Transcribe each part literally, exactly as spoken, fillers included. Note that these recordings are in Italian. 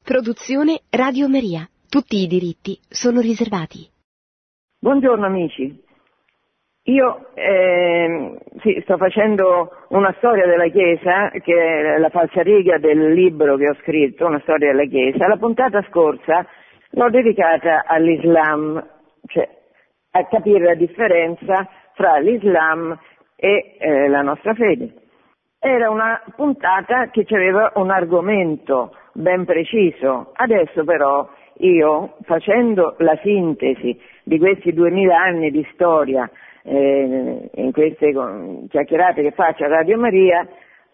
Produzione Radio Maria. Tutti i diritti sono riservati. Buongiorno amici. Io eh, sì, sto facendo una storia della Chiesa, che è la falsariga del libro che ho scritto, una storia della Chiesa. La puntata scorsa l'ho dedicata all'Islam, cioè a capire la differenza fra l'Islam e eh, la nostra fede. Era una puntata che aveva un argomento ben preciso. Adesso però io, facendo la sintesi di questi duemila anni di storia, eh, in queste chiacchierate che faccio a Radio Maria,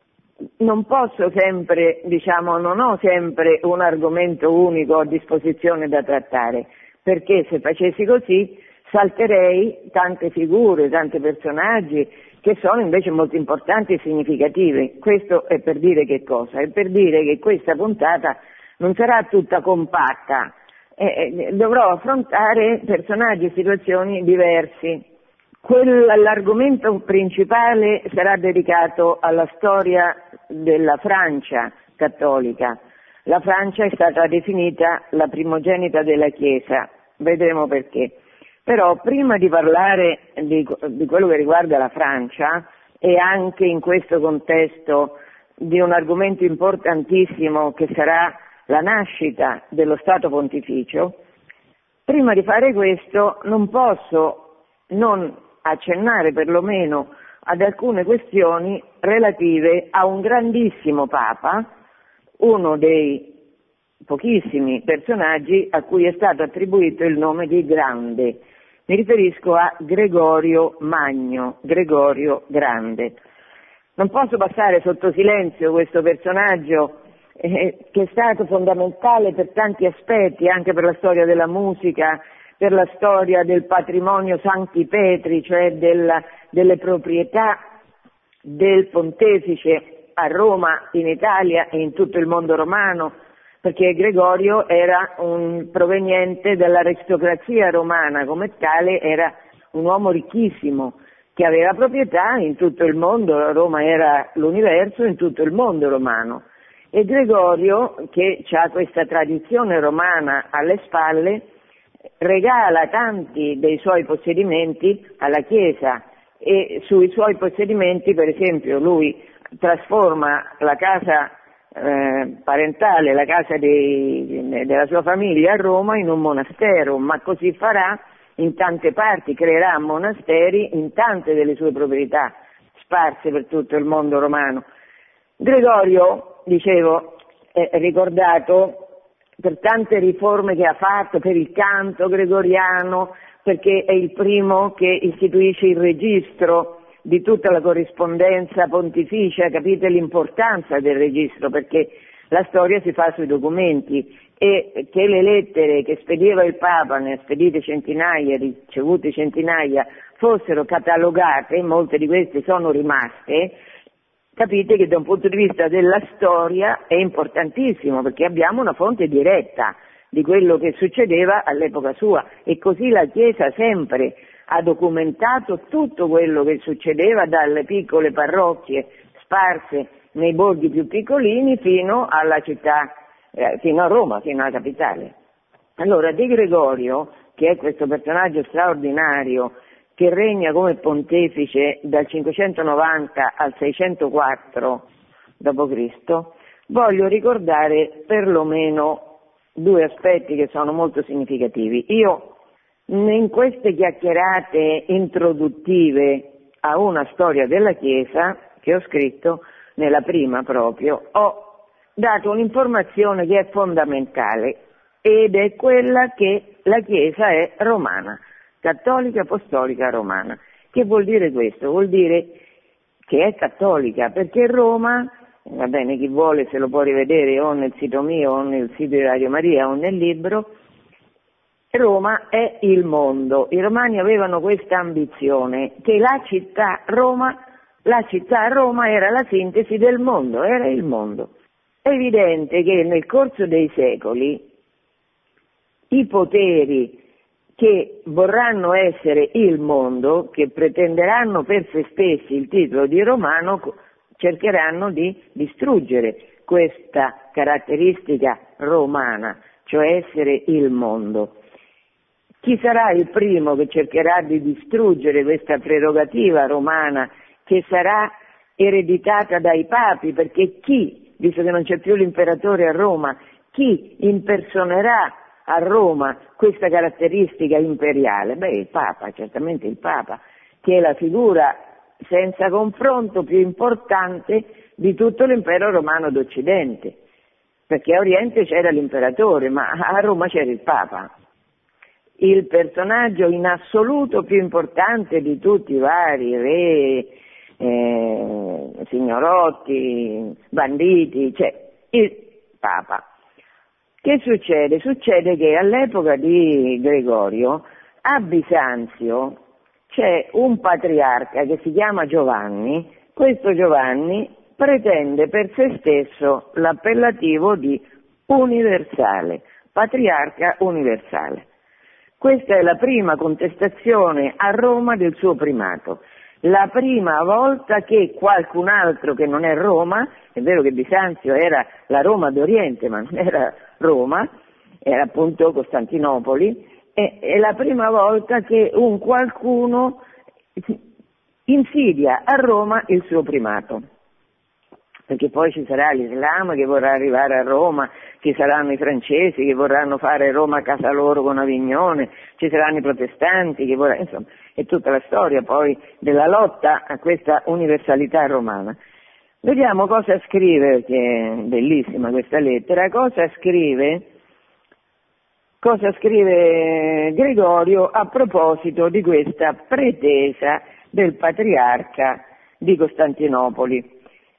non posso sempre, diciamo, non ho sempre un argomento unico a disposizione da trattare, perché se facessi così salterei tante figure, tanti personaggi che sono invece molto importanti e significativi. Questo è per dire che cosa? È per dire che questa puntata non sarà tutta compatta, eh, dovrò affrontare personaggi e situazioni diversi. Quel, l'argomento principale sarà dedicato alla storia della Francia cattolica. La Francia è stata definita la primogenita della Chiesa, vedremo perché. Però prima di parlare di, di quello che riguarda la Francia, e anche in questo contesto di un argomento importantissimo che sarà la nascita dello Stato Pontificio, prima di fare questo non posso non accennare perlomeno ad alcune questioni relative a un grandissimo Papa, uno dei pochissimi personaggi a cui è stato attribuito il nome di Grande. Mi riferisco a Gregorio Magno, Gregorio Grande. Non posso passare sotto silenzio questo personaggio eh, che è stato fondamentale per tanti aspetti, anche per la storia della musica, per la storia del patrimonio Sancti Petri, cioè della, delle proprietà del pontefice a Roma, in Italia e in tutto il mondo romano, perché Gregorio era un proveniente dall'aristocrazia romana, come tale era un uomo ricchissimo che aveva proprietà in tutto il mondo. Roma era l'universo in tutto il mondo romano, e Gregorio, che ha questa tradizione romana alle spalle, regala tanti dei suoi possedimenti alla Chiesa, e sui suoi possedimenti, per esempio, lui trasforma la casa Eh, parentale, la casa dei, della sua famiglia a Roma, in un monastero, ma così farà in tante parti, creerà monasteri in tante delle sue proprietà sparse per tutto il mondo romano. Gregorio, dicevo, è ricordato per tante riforme che ha fatto, per il canto gregoriano, perché è il primo che istituisce il registro di tutta la corrispondenza pontificia. Capite l'importanza del registro, perché la storia si fa sui documenti, e che le lettere che spediva il Papa, ne ha spedite centinaia, ricevute centinaia, fossero catalogate, molte di queste sono rimaste. Capite che da un punto di vista della storia è importantissimo, perché abbiamo una fonte diretta di quello che succedeva all'epoca sua, e così la Chiesa sempre ha documentato tutto quello che succedeva dalle piccole parrocchie sparse nei borghi più piccolini fino alla città, eh, fino a Roma, fino alla capitale. Allora, di Gregorio, che è questo personaggio straordinario che regna come pontefice dal cinquecentonovanta al seicentoquattro dopo Cristo, voglio ricordare perlomeno due aspetti che sono molto significativi. Io in queste chiacchierate introduttive a una storia della Chiesa che ho scritto, nella prima proprio, ho dato un'informazione che è fondamentale, ed è quella che la Chiesa è romana, cattolica apostolica romana. Che vuol dire questo? Vuol dire che è cattolica, perché Roma, va bene, chi vuole se lo può rivedere o nel sito mio o nel sito di Radio Maria o nel libro, Roma è il mondo. I romani avevano questa ambizione, che la città Roma, la città Roma era la sintesi del mondo, era il mondo. È evidente che nel corso dei secoli i poteri che vorranno essere il mondo, che pretenderanno per se stessi il titolo di romano, cercheranno di distruggere questa caratteristica romana, cioè essere il mondo. Chi sarà il primo che cercherà di distruggere questa prerogativa romana che sarà ereditata dai papi? Perché chi, visto che non c'è più l'imperatore a Roma, chi impersonerà a Roma questa caratteristica imperiale? Beh, il Papa, certamente il Papa, che è la figura senza confronto più importante di tutto l'impero romano d'Occidente, perché a Oriente c'era l'imperatore, ma a Roma c'era il Papa, il personaggio in assoluto più importante di tutti i vari re, eh, signorotti, banditi, cioè il Papa. Che succede? Succede che all'epoca di Gregorio a Bisanzio c'è un patriarca che si chiama Giovanni. Questo Giovanni pretende per se stesso l'appellativo di universale, patriarca universale. Questa è la prima contestazione a Roma del suo primato, la prima volta che qualcun altro che non è Roma, è vero che Bisanzio era la Roma d'Oriente ma non era Roma, era appunto Costantinopoli, è, è la prima volta che un qualcuno insidia a Roma il suo primato. Perché poi ci sarà l'Islam che vorrà arrivare a Roma, ci saranno i francesi che vorranno fare Roma a casa loro con Avignone, ci saranno i protestanti che vorranno, insomma, è tutta la storia poi della lotta a questa universalità romana. Vediamo cosa scrive, che è bellissima questa lettera, cosa scrive, cosa scrive Gregorio a proposito di questa pretesa del patriarca di Costantinopoli.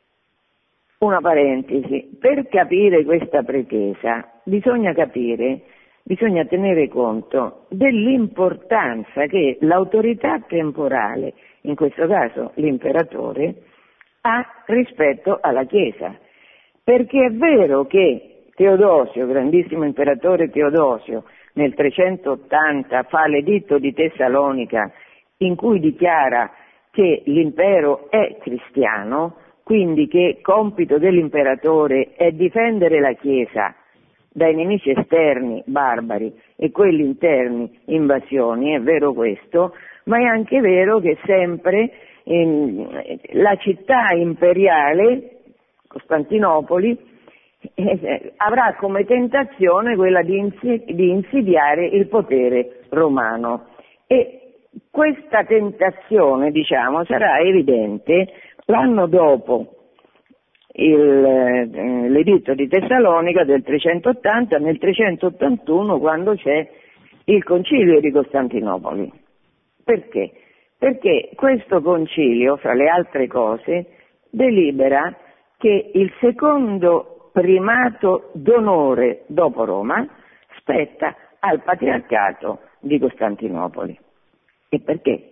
Una parentesi, per capire questa pretesa bisogna capire, bisogna tenere conto dell'importanza che l'autorità temporale, in questo caso l'imperatore, ha rispetto alla Chiesa. Perché è vero che Teodosio, grandissimo imperatore Teodosio, nel trecentottanta fa l'editto di Tessalonica in cui dichiara che l'impero è cristiano, quindi che compito dell'imperatore è difendere la Chiesa dai nemici esterni, barbari, e quelli interni, invasioni, è vero questo, ma è anche vero che sempre eh, la città imperiale, Costantinopoli, eh, avrà come tentazione quella di, insi- di insidiare il potere romano. E questa tentazione, diciamo, sarà evidente l'anno dopo il, eh, l'editto di Tessalonica del trecentottanta, nel trecentottantuno, quando c'è il concilio di Costantinopoli. Perché? Perché questo concilio, fra le altre cose, delibera che il secondo primato d'onore dopo Roma spetta al patriarcato di Costantinopoli. E perché?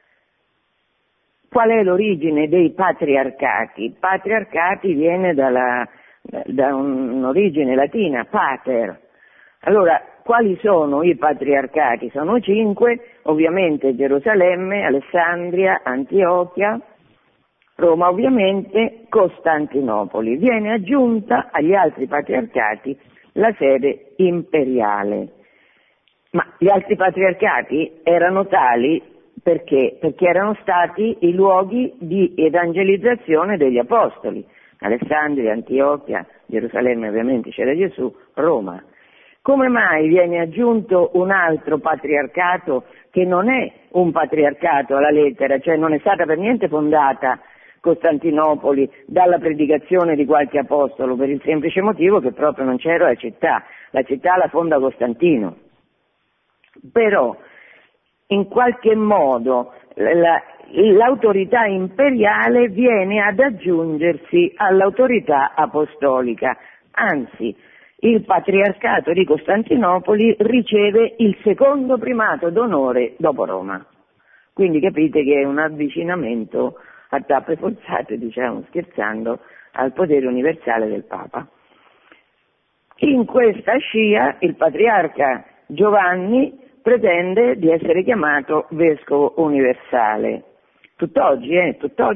Qual è l'origine dei patriarcati? Patriarcati viene dalla, da un'origine latina, pater. Allora, quali sono i patriarcati? Sono cinque, ovviamente Gerusalemme, Alessandria, Antiochia, Roma ovviamente, Costantinopoli. Viene aggiunta agli altri patriarcati la sede imperiale. Ma gli altri patriarcati erano tali perché? Perché erano stati i luoghi di evangelizzazione degli apostoli. Alessandria, Antiochia, Gerusalemme ovviamente c'era Gesù, Roma. Come mai viene aggiunto un altro patriarcato che non è un patriarcato alla lettera, cioè non è stata per niente fondata Costantinopoli dalla predicazione di qualche apostolo, per il semplice motivo che proprio non c'era la città, la città la fonda Costantino. Però in qualche modo la, l'autorità imperiale viene ad aggiungersi all'autorità apostolica, anzi il patriarcato di Costantinopoli riceve il secondo primato d'onore dopo Roma. Quindi capite che è un avvicinamento a tappe forzate, diciamo scherzando, al potere universale del Papa. In questa scia il patriarca Giovanni pretende di essere chiamato vescovo universale. Tutt'oggi, eh, tutt'oggi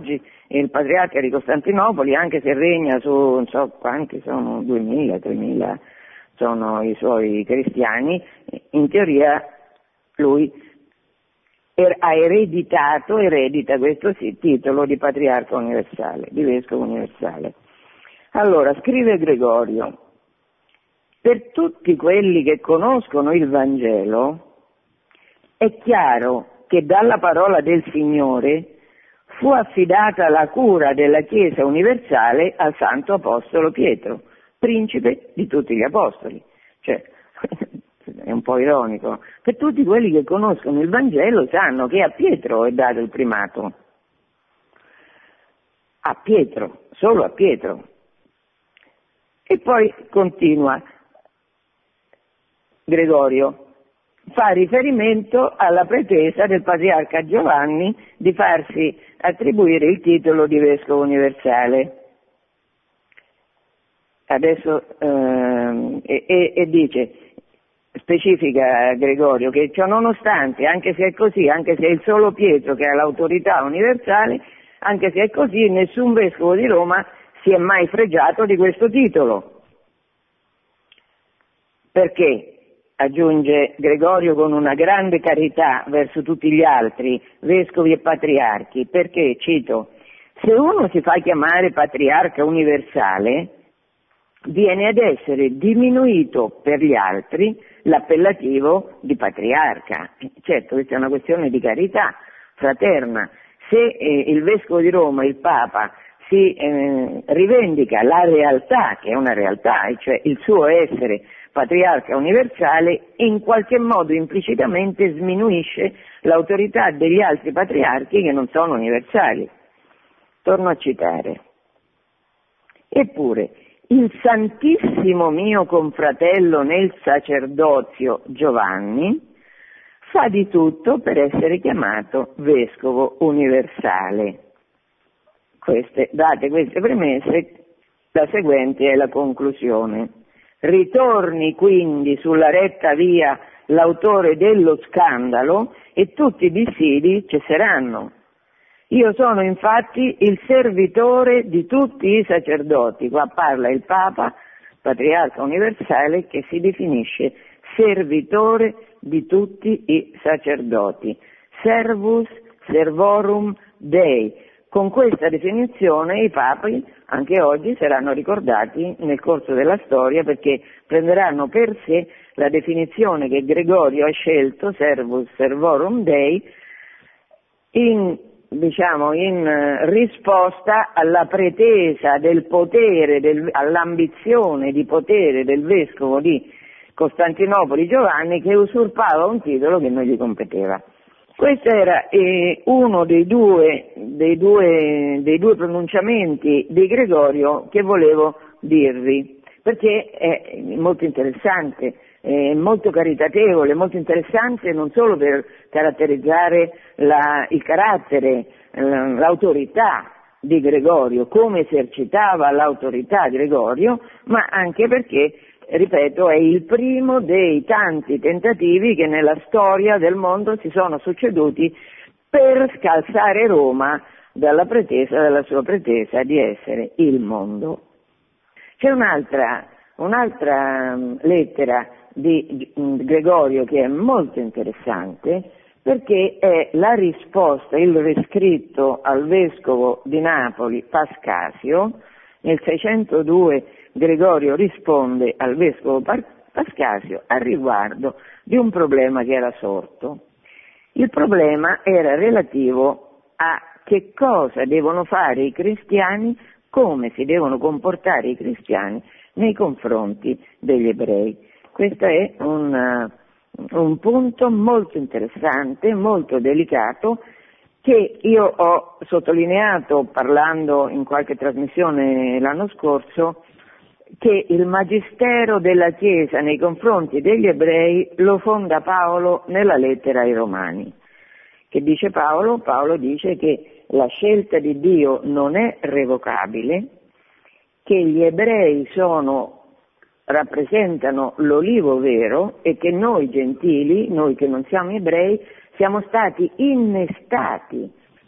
il patriarca di Costantinopoli, anche se regna su, non so quanti sono, duemila, tremila sono i suoi cristiani, in teoria lui er, ha ereditato, eredita questo sì, titolo di patriarca universale, di vescovo universale. Allora, scrive Gregorio, per tutti quelli che conoscono il Vangelo è chiaro che dalla parola del Signore fu affidata la cura della Chiesa universale al Santo Apostolo Pietro, principe di tutti gli apostoli. Cioè, è un po' ironico, per tutti quelli che conoscono il Vangelo sanno che a Pietro è dato il primato. A Pietro, solo a Pietro. E poi continua Gregorio, fa riferimento alla pretesa del patriarca Giovanni di farsi attribuire il titolo di vescovo universale. Adesso ehm, e, e, e dice, specifica Gregorio, che ciò nonostante, anche se è così, anche se è il solo Pietro che ha l'autorità universale, anche se è così, nessun vescovo di Roma si è mai fregiato di questo titolo. Perché? Aggiunge Gregorio con una grande carità verso tutti gli altri, vescovi e patriarchi, perché, cito, se uno si fa chiamare patriarca universale, viene ad essere diminuito per gli altri l'appellativo di patriarca. Certo, questa è una questione di carità fraterna. Se eh, il vescovo di Roma, il Papa, si eh, rivendica la realtà, che è una realtà, cioè il suo essere patriarca universale, in qualche modo implicitamente sminuisce l'autorità degli altri patriarchi che non sono universali. Torno a citare. Eppure, il santissimo mio confratello nel sacerdozio Giovanni fa di tutto per essere chiamato vescovo universale. Queste, date queste premesse, la seguente è la conclusione. Ritorni quindi sulla retta via l'autore dello scandalo e tutti i dissidi cesseranno. Io sono infatti il servitore di tutti i sacerdoti. Qua parla il Papa, patriarca universale, che si definisce servitore di tutti i sacerdoti. Servus servorum Dei. Con questa definizione i papi anche oggi saranno ricordati nel corso della storia, perché prenderanno per sé la definizione che Gregorio ha scelto, servus servorum Dei, in, diciamo, in risposta alla pretesa del potere, del, all'ambizione di potere del vescovo di Costantinopoli Giovanni, che usurpava un titolo che non gli competeva. Questo era eh, uno dei due, dei, due, dei due pronunciamenti di Gregorio che volevo dirvi, perché è molto interessante, è molto caritatevole, molto interessante non solo per caratterizzare la, il carattere, l'autorità di Gregorio, come esercitava l'autorità Gregorio, ma anche perché, ripeto, è il primo dei tanti tentativi che nella storia del mondo si sono succeduti per scalzare Roma dalla pretesa, dalla sua pretesa di essere il mondo. C'è un'altra, un'altra lettera di Gregorio che è molto interessante, perché è la risposta, il riscritto al vescovo di Napoli Pascasio. Nel seicentodue Gregorio risponde al vescovo Pascasio a riguardo di un problema che era sorto. Il problema era relativo a che cosa devono fare i cristiani, come si devono comportare i cristiani nei confronti degli ebrei. Questo è un, un punto molto interessante, molto delicato, che io ho sottolineato parlando in qualche trasmissione l'anno scorso, che il magistero della Chiesa nei confronti degli ebrei lo fonda Paolo nella lettera ai Romani. Che dice Paolo? Paolo dice che la scelta di Dio non è revocabile, che gli ebrei sono, rappresentano l'olivo vero e che noi gentili, noi che non siamo ebrei, siamo stati innestati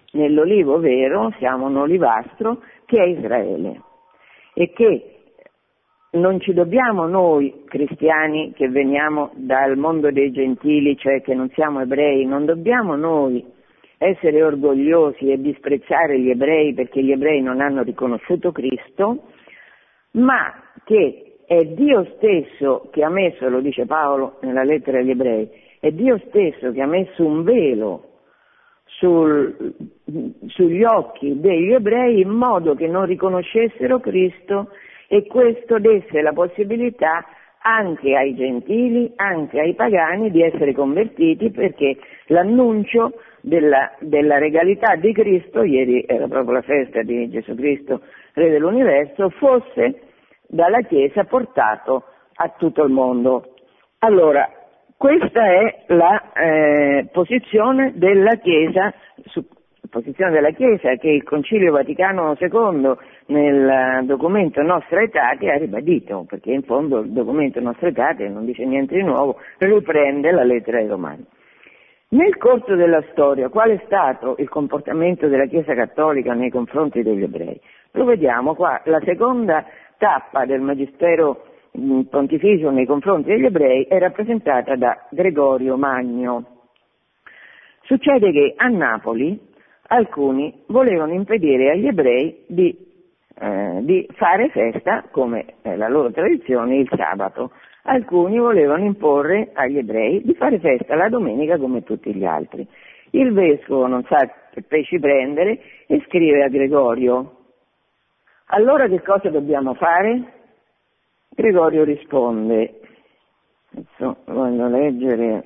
nell'olivo vero, siamo un olivastro che è Israele, e che non ci dobbiamo noi cristiani che veniamo dal mondo dei gentili, cioè che non siamo ebrei, non dobbiamo noi essere orgogliosi e disprezzare gli ebrei perché gli ebrei non hanno riconosciuto Cristo, ma che è Dio stesso che ha messo, lo dice Paolo nella lettera agli ebrei, è Dio stesso che ha messo un velo sul, sugli occhi degli ebrei in modo che non riconoscessero Cristo, e questo desse la possibilità anche ai gentili, anche ai pagani di essere convertiti, perché l'annuncio della, della regalità di Cristo, ieri era proprio la festa di Gesù Cristo, Re dell'Universo, fosse dalla Chiesa portato a tutto il mondo. Allora, questa è la eh, posizione della Chiesa, su, posizione della Chiesa che il Concilio Vaticano secondo nel documento Nostra Aetate ha ribadito, perché in fondo il documento Nostra Aetate non dice niente di nuovo, riprende la lettera ai Romani. Nel corso della storia, qual è stato il comportamento della Chiesa Cattolica nei confronti degli ebrei? Lo vediamo qua, la seconda tappa del Magistero Pontificio nei confronti degli ebrei è rappresentata da Gregorio Magno. Succede che a Napoli alcuni volevano impedire agli ebrei di, eh, di fare festa, come è la loro tradizione, il sabato. Alcuni volevano imporre agli ebrei di fare festa la domenica come tutti gli altri. Il vescovo non sa che pesci prendere e scrive a Gregorio: allora che cosa dobbiamo fare? Gregorio risponde, adesso voglio leggere,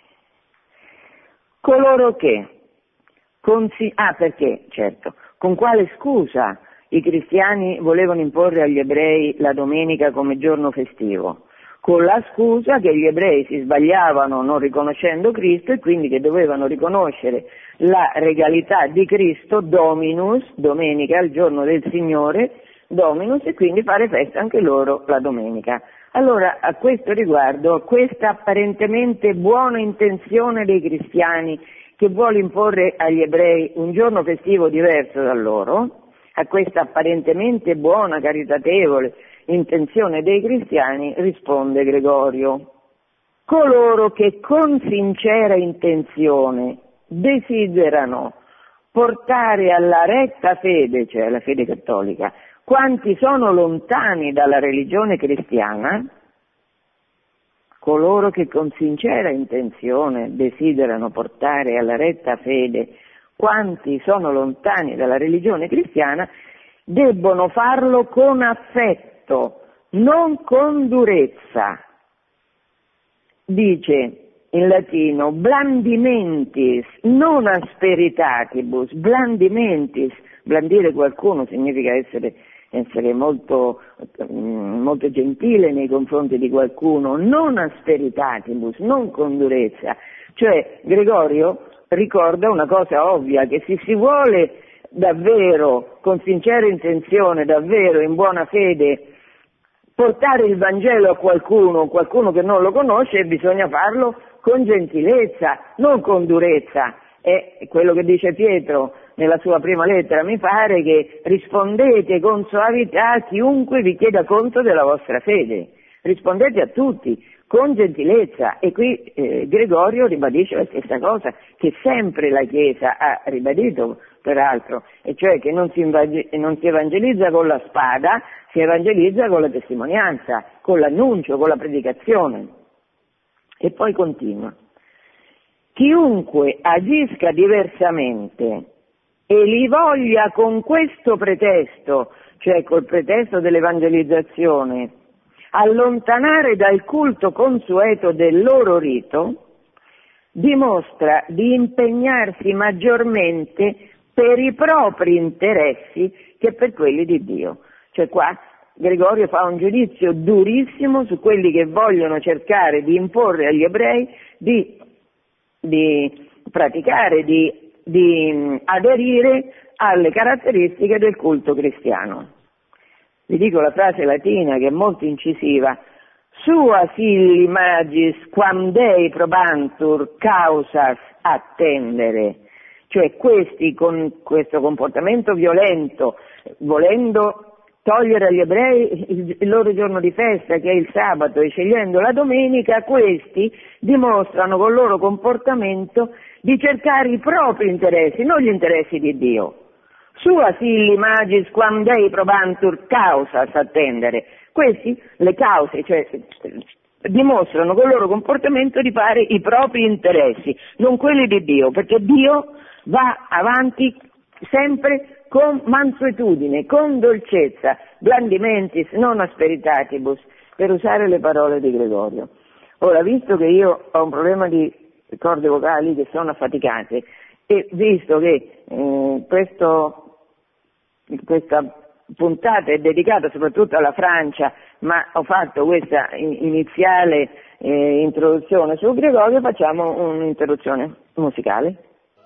coloro che, consi- ah perché, certo, con quale scusa i cristiani volevano imporre agli ebrei la domenica come giorno festivo? Con la scusa che gli ebrei si sbagliavano non riconoscendo Cristo e quindi che dovevano riconoscere la regalità di Cristo, Dominus, domenica, il giorno del Signore, Dominus, e quindi fare festa anche loro la domenica. Allora, a questo riguardo, questa apparentemente buona intenzione dei cristiani che vuole imporre agli ebrei un giorno festivo diverso da loro, a questa apparentemente buona, caritatevole intenzione dei cristiani risponde Gregorio: coloro che con sincera intenzione desiderano portare alla retta fede, cioè alla fede cattolica, quanti sono lontani dalla religione cristiana, coloro che con sincera intenzione desiderano portare alla retta fede quanti sono lontani dalla religione cristiana, debbono farlo con affetto, non con durezza. Dice in latino blandimentis, non asperitatibus, blandimentis. Blandire qualcuno significa essere, essere molto, molto gentile nei confronti di qualcuno, non asperitatibus, non con durezza. Cioè Gregorio ricorda una cosa ovvia, che se si vuole davvero, con sincera intenzione, davvero in buona fede, portare il Vangelo a qualcuno, qualcuno che non lo conosce, bisogna farlo con gentilezza, non con durezza. È quello che dice Pietro nella sua prima lettera, mi pare, che rispondete con soavità a chiunque vi chieda conto della vostra fede. Rispondete a tutti con gentilezza, e qui eh, Gregorio ribadisce la stessa cosa che sempre la Chiesa ha ribadito, peraltro, e cioè che non si, invage- non si evangelizza con la spada, si evangelizza con la testimonianza, con l'annuncio, con la predicazione. E poi continua: chiunque agisca diversamente e li voglia con questo pretesto, cioè col pretesto dell'evangelizzazione, allontanare dal culto consueto del loro rito, dimostra di impegnarsi maggiormente per i propri interessi che per quelli di Dio. Cioè qua Gregorio fa un giudizio durissimo su quelli che vogliono cercare di imporre agli ebrei di, di praticare, di, di aderire alle caratteristiche del culto cristiano. Vi dico la frase latina che è molto incisiva: sua silli magis quam Dei probantur causas attendere. cioè questi con questo comportamento violento, volendo togliere agli ebrei il, il loro giorno di festa che è il sabato e scegliendo la domenica, questi dimostrano col loro comportamento di cercare i propri interessi, non gli interessi di Dio. Sua silli magis quam Dei probantur causas attendere. Questi, le cause, cioè dimostrano col loro comportamento di fare i propri interessi, non quelli di Dio, perché Dio va avanti sempre con mansuetudine, con dolcezza, blandimentis, non asperitatibus, per usare le parole di Gregorio. Ora, visto che io ho un problema di corde vocali che sono affaticate e visto che eh, questo, questa puntata è dedicata soprattutto alla Francia, ma ho fatto questa iniziale eh, introduzione su Gregorio, facciamo un'introduzione musicale.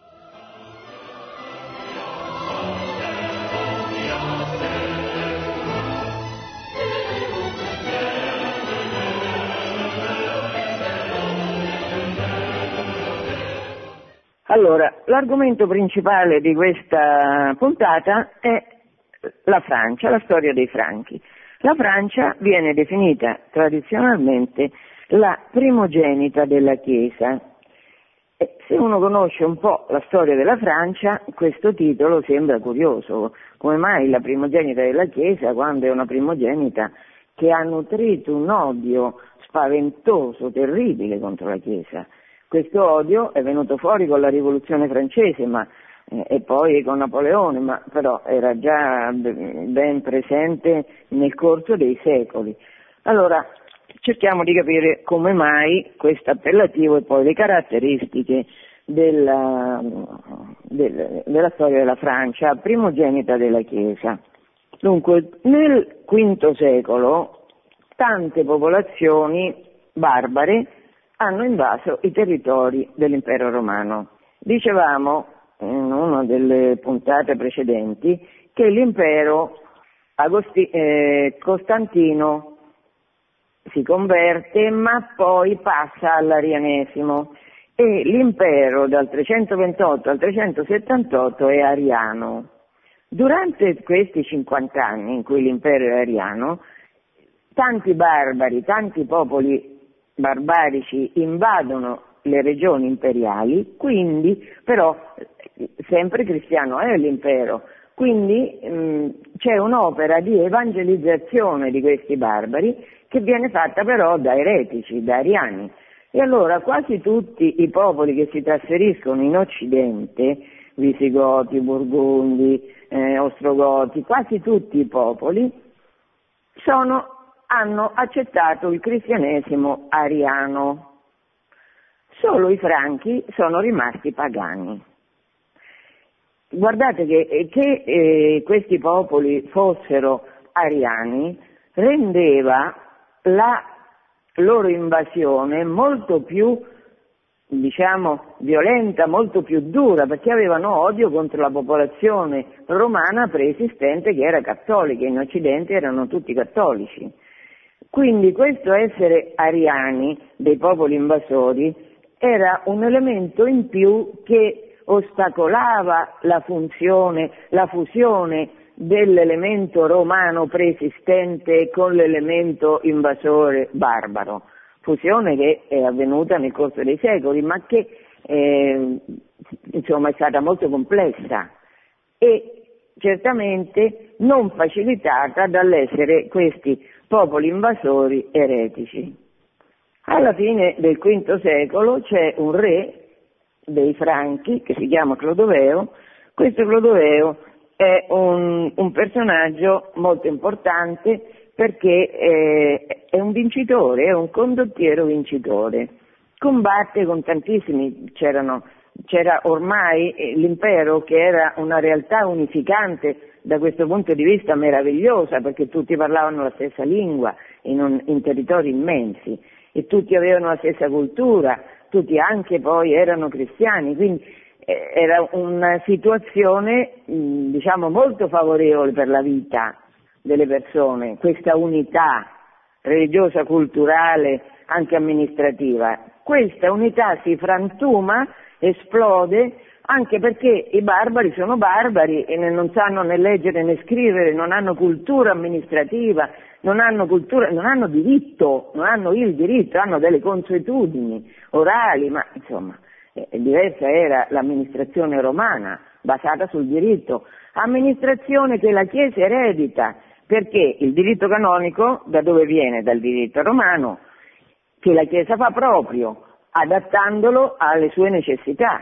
Allora, l'argomento principale di questa puntata è la Francia, la storia dei Franchi. La Francia viene definita tradizionalmente la primogenita della Chiesa. E se uno conosce un po' la storia della Francia, questo titolo sembra curioso. Come mai la primogenita della Chiesa, quando è una primogenita che ha nutrito un odio spaventoso, terribile contro la Chiesa? Questo odio è venuto fuori con la rivoluzione francese ma, eh, e poi con Napoleone, ma però era già ben presente nel corso dei secoli. Allora cerchiamo di capire come mai questo appellativo e poi le caratteristiche della, del, della storia della Francia, primogenita della Chiesa. Dunque, nel quinto secolo tante popolazioni barbare hanno invaso i territori dell'impero romano. Dicevamo in una delle puntate precedenti che l'impero Agosti- eh, Costantino si converte ma poi passa all'arianesimo e l'impero dal trecentoventotto al trecentosettantotto è ariano. Durante questi cinquanta anni in cui l'impero è ariano, tanti barbari, tanti popoli barbarici invadono le regioni imperiali, quindi però sempre cristiano è l'impero, quindi mh, c'è un'opera di evangelizzazione di questi barbari che viene fatta però da eretici, da ariani. E allora quasi tutti i popoli che si trasferiscono in Occidente, Visigoti, Burgundi, eh, Ostrogoti, quasi tutti i popoli sono hanno accettato il cristianesimo ariano. Solo i franchi sono rimasti pagani. Guardate che, che eh, questi popoli fossero ariani rendeva la loro invasione molto più, diciamo, violenta, molto più dura, perché avevano odio contro la popolazione romana preesistente che era cattolica, in Occidente erano tutti cattolici. Quindi questo essere ariani, dei popoli invasori, era un elemento in più che ostacolava la funzione, la fusione dell'elemento romano preesistente con l'elemento invasore barbaro, fusione che è avvenuta nel corso dei secoli, ma che eh, insomma è stata molto complessa e certamente non facilitata dall'essere questi popoli invasori eretici. Alla fine del quinto secolo c'è un re dei Franchi che si chiama Clodoveo. Questo Clodoveo è un, un personaggio molto importante perché è, è un vincitore, è un condottiero vincitore. Combatte con tantissimi, c'erano, c'era ormai l'impero che era una realtà unificante da questo punto di vista meravigliosa, perché tutti parlavano la stessa lingua in, un, in territori immensi e tutti avevano la stessa cultura, tutti anche poi erano cristiani, quindi eh, era una situazione mh, diciamo molto favorevole per la vita delle persone, questa unità religiosa, culturale, anche amministrativa. Questa unità si frantuma, esplode anche perché i barbari sono barbari e non sanno né leggere né scrivere, non hanno cultura amministrativa, non hanno cultura, non hanno diritto, non hanno il diritto, hanno delle consuetudini orali, ma insomma, eh, diversa era l'amministrazione romana, basata sul diritto, amministrazione che la Chiesa eredita, perché il diritto canonico da dove viene? Dal diritto romano, che la Chiesa fa proprio, adattandolo alle sue necessità.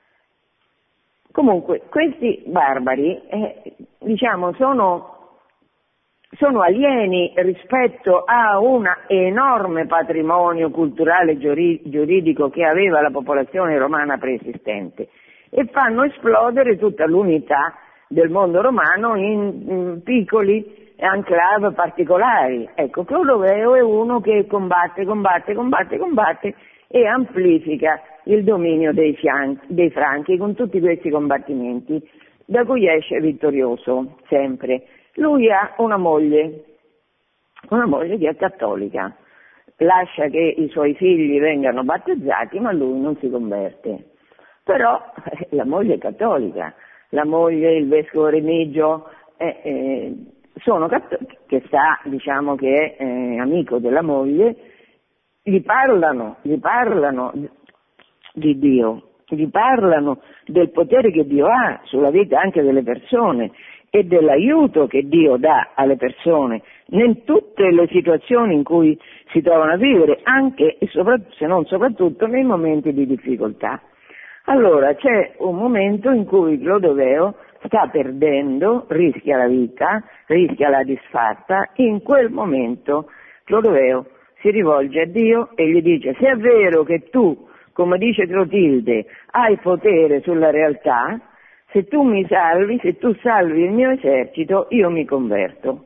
Comunque, questi barbari, eh, diciamo, sono, sono alieni rispetto a un enorme patrimonio culturale e giuridico che aveva la popolazione romana preesistente e fanno esplodere tutta l'unità del mondo romano in, in piccoli enclave particolari. Ecco, Clodoveo è uno che combatte, combatte, combatte, combatte e amplifica il dominio dei, fianchi, dei Franchi con tutti questi combattimenti, da cui esce vittorioso, sempre. Lui ha una moglie, una moglie che è cattolica, lascia che i suoi figli vengano battezzati, ma lui non si converte. Però eh, la moglie è cattolica, la moglie, il vescovo Remigio, eh, eh, sono cattolici, che sa, diciamo che è eh, amico della moglie, gli parlano, gli parlano di Dio, gli parlano del potere che Dio ha sulla vita anche delle persone e dell'aiuto che Dio dà alle persone in tutte le situazioni in cui si trovano a vivere, anche e soprattutto, se non soprattutto nei momenti di difficoltà. Allora c'è un momento in cui Clodoveo sta perdendo, rischia la vita, rischia la disfatta, in quel momento Clodoveo si rivolge a Dio e gli dice: se è vero che tu, come dice Clotilde, hai potere sulla realtà, se tu mi salvi, se tu salvi il mio esercito, io mi converto.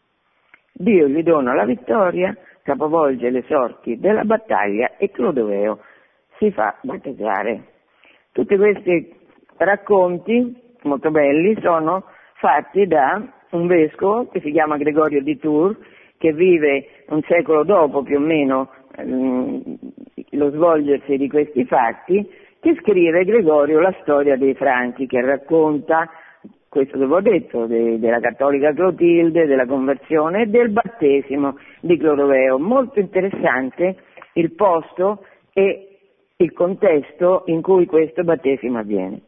Dio gli dona la vittoria, capovolge le sorti della battaglia e Clodoveo si fa battezzare. Tutti questi racconti molto belli sono fatti da un vescovo che si chiama Gregorio di Tours, che vive un secolo dopo più o meno ehm, lo svolgersi di questi fatti, che scrive Gregorio la storia dei Franchi, che racconta questo che vi ho detto, de, della cattolica Clotilde, della conversione e del battesimo di Clodoveo. Molto interessante il posto e il contesto in cui questo battesimo avviene.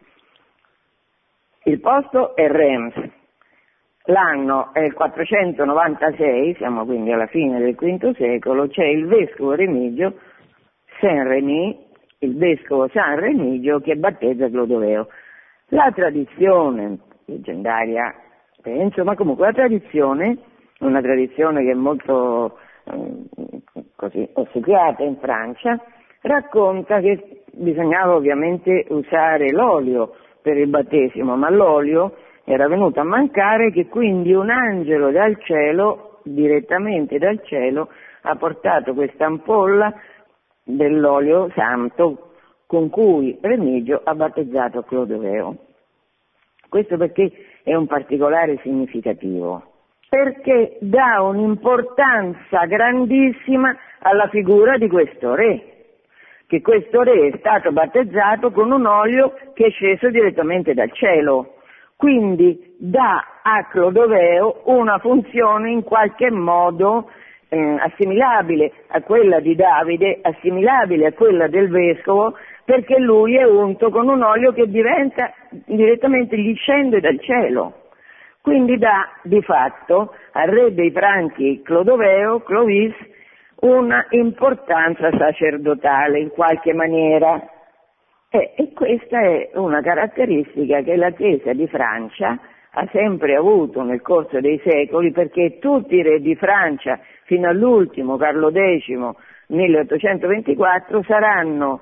Il posto è Reims, l'anno è il quattrocentonovantasei, siamo quindi alla fine del quinto secolo, c'è il vescovo Remigio, Saint-Remy, il vescovo San Remigio che battezza Clodoveo. La tradizione leggendaria, penso, ma comunque la tradizione, una tradizione che è molto eh, così ossequiata in Francia, racconta che bisognava ovviamente usare l'olio per il battesimo, ma l'olio era venuto a mancare, che quindi un angelo dal cielo, direttamente dal cielo, ha portato questa ampolla dell'olio santo con cui Remigio ha battezzato Clodoveo. Questo perché è un particolare significativo, perché dà un'importanza grandissima alla figura di questo re, che questo re è stato battezzato con un olio che è sceso direttamente dal cielo, quindi dà a Clodoveo una funzione in qualche modo eh, assimilabile a quella di Davide, assimilabile a quella del vescovo, perché lui è unto con un olio che diventa direttamente, gli scende dal cielo. Quindi dà di fatto al re dei Franchi Clodoveo, Clovis, una importanza sacerdotale in qualche maniera. E, e questa è una caratteristica che la Chiesa di Francia ha sempre avuto nel corso dei secoli, perché tutti i re di Francia, fino all'ultimo, Carlo X, milleottocentoventiquattro, saranno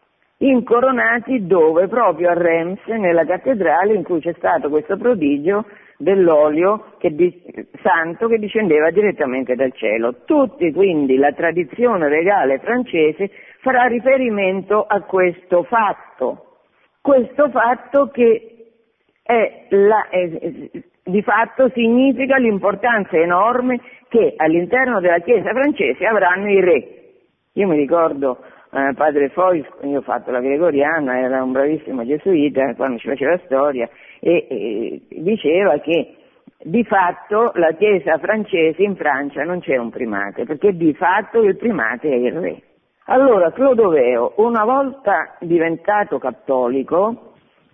incoronati dove? Proprio a Reims, nella cattedrale in cui c'è stato questo prodigio dell'olio che di, santo che discendeva direttamente dal cielo. Tutti quindi, la tradizione regale francese farà riferimento a questo fatto, questo fatto che è la, è, di fatto significa l'importanza enorme che all'interno della Chiesa francese avranno i re. Io mi ricordo eh, padre Foix, io ho fatto la gregoriana, era un bravissimo gesuita quando ci faceva storia, e, e diceva che di fatto la Chiesa francese in Francia non c'è un primate, perché di fatto il primate è il re. Allora Clodoveo, una volta diventato cattolico,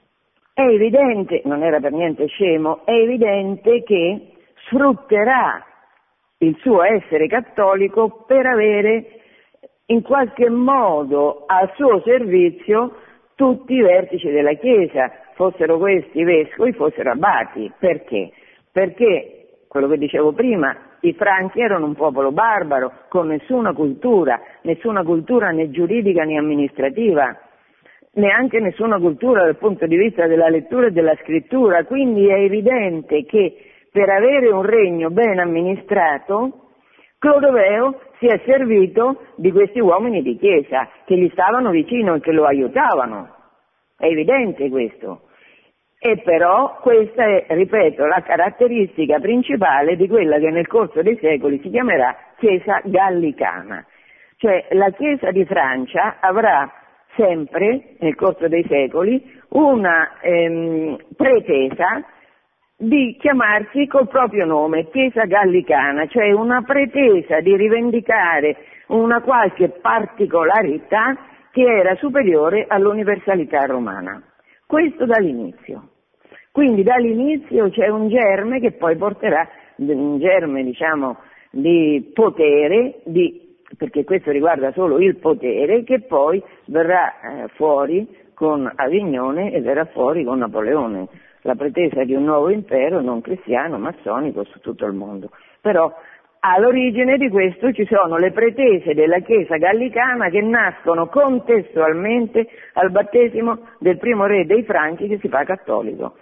è evidente, non era per niente scemo, è evidente che sfrutterà il suo essere cattolico per avere in qualche modo al suo servizio tutti i vertici della Chiesa, fossero questi vescovi, fossero abati. Perché? Perché, quello che dicevo prima, i franchi erano un popolo barbaro, con nessuna cultura, nessuna cultura né giuridica né amministrativa, neanche nessuna cultura dal punto di vista della lettura e della scrittura, quindi è evidente che per avere un regno ben amministrato, Clodoveo si è servito di questi uomini di chiesa, che gli stavano vicino e che lo aiutavano, è evidente questo. E però questa è, ripeto, la caratteristica principale di quella che nel corso dei secoli si chiamerà Chiesa gallicana. Cioè la Chiesa di Francia avrà sempre, nel corso dei secoli, una ehm, pretesa di chiamarsi col proprio nome, Chiesa gallicana, cioè una pretesa di rivendicare una qualche particolarità che era superiore all'universalità romana. Questo dall'inizio. Quindi dall'inizio c'è un germe che poi porterà, un germe diciamo di potere, di, perché questo riguarda solo il potere, che poi verrà eh, fuori con Avignone e verrà fuori con Napoleone, la pretesa di un nuovo impero non cristiano, massonico su tutto il mondo. Però all'origine di questo ci sono le pretese della Chiesa gallicana che nascono contestualmente al battesimo del primo re dei Franchi che si fa cattolico.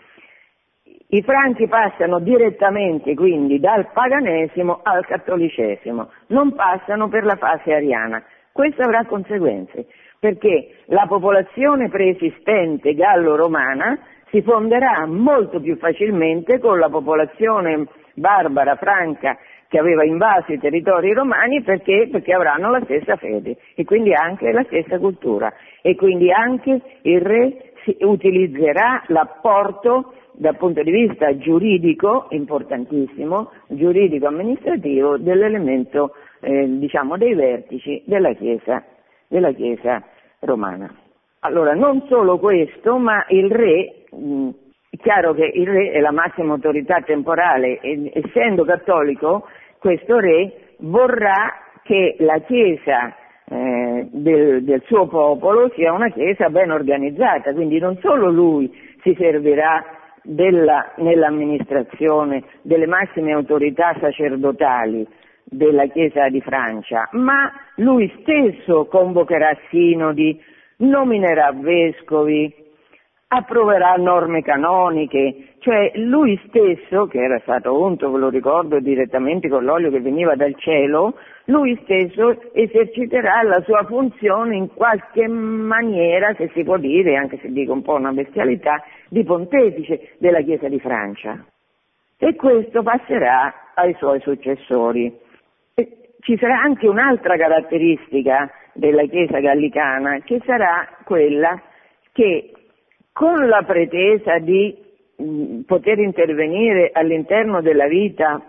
I Franchi passano direttamente quindi dal paganesimo al cattolicesimo, non passano per la fase ariana. Questo avrà conseguenze, perché la popolazione preesistente gallo-romana si fonderà molto più facilmente con la popolazione barbara, franca, che aveva invaso i territori romani, perché? Perché avranno la stessa fede e quindi anche la stessa cultura, e quindi anche il re si utilizzerà l'apporto dal punto di vista giuridico, importantissimo, giuridico-amministrativo, dell'elemento eh, diciamo dei vertici della Chiesa, della Chiesa romana. Allora, non solo questo, ma il re, mh, è chiaro che il re è la massima autorità temporale, e, essendo cattolico, questo re vorrà che la Chiesa eh, del, del suo popolo sia una Chiesa ben organizzata, quindi non solo lui si servirà della, nell'amministrazione delle massime autorità sacerdotali della Chiesa di Francia, ma lui stesso convocherà sinodi, nominerà vescovi, approverà norme canoniche, cioè lui stesso, che era stato unto, ve lo ricordo, direttamente con l'olio che veniva dal cielo, lui stesso eserciterà la sua funzione in qualche maniera, se si può dire, anche se dico un po' una bestialità, di pontefice della Chiesa di Francia. E questo passerà ai suoi successori. E ci sarà anche un'altra caratteristica della Chiesa gallicana, che sarà quella che, con la pretesa di mh, poter intervenire all'interno della vita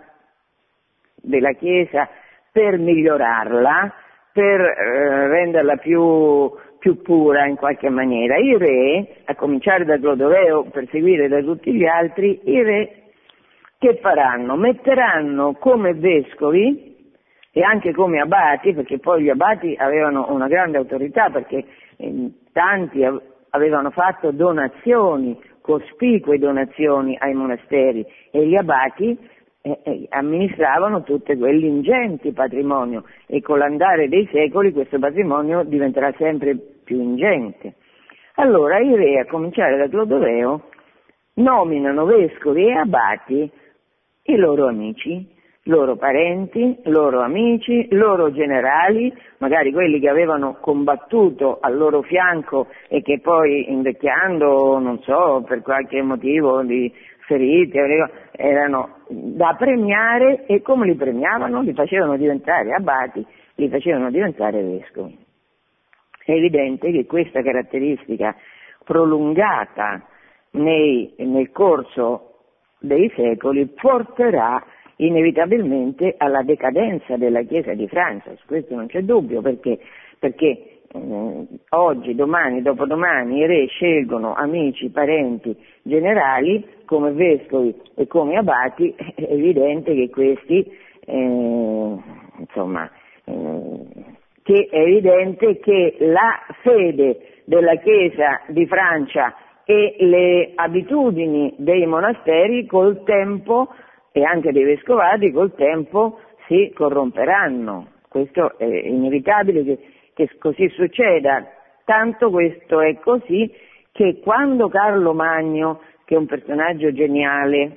della Chiesa per migliorarla, per eh, renderla più, più pura in qualche maniera, i re, a cominciare da Clodoveo per seguire da tutti gli altri, i re che faranno? Metteranno come vescovi e anche come abati, perché poi gli abati avevano una grande autorità, perché eh, tanti av- avevano fatto donazioni, cospicue donazioni ai monasteri, e gli abati eh, eh, amministravano tutte quell'ingenti patrimonio, e con l'andare dei secoli questo patrimonio diventerà sempre più ingente. Allora i re, a cominciare da Clodoveo, nominano vescovi e abati i loro amici, loro parenti, loro amici, loro generali, magari quelli che avevano combattuto al loro fianco e che poi invecchiando, non so, per qualche motivo di ferite, erano da premiare, e come li premiavano? Li facevano diventare abati, li facevano diventare vescovi. È evidente che questa caratteristica prolungata nei, nel corso dei secoli porterà inevitabilmente alla decadenza della Chiesa di Francia, su questo non c'è dubbio, perché, perché eh, oggi, domani, dopodomani i re scelgono amici, parenti, generali come vescovi e come abati. È evidente che questi, eh, insomma, eh, che è evidente che la fede della Chiesa di Francia e le abitudini dei monasteri col tempo e anche dei vescovadi col tempo si corromperanno. Questo è inevitabile che, che così succeda, tanto questo è così che quando Carlo Magno, che è un personaggio geniale,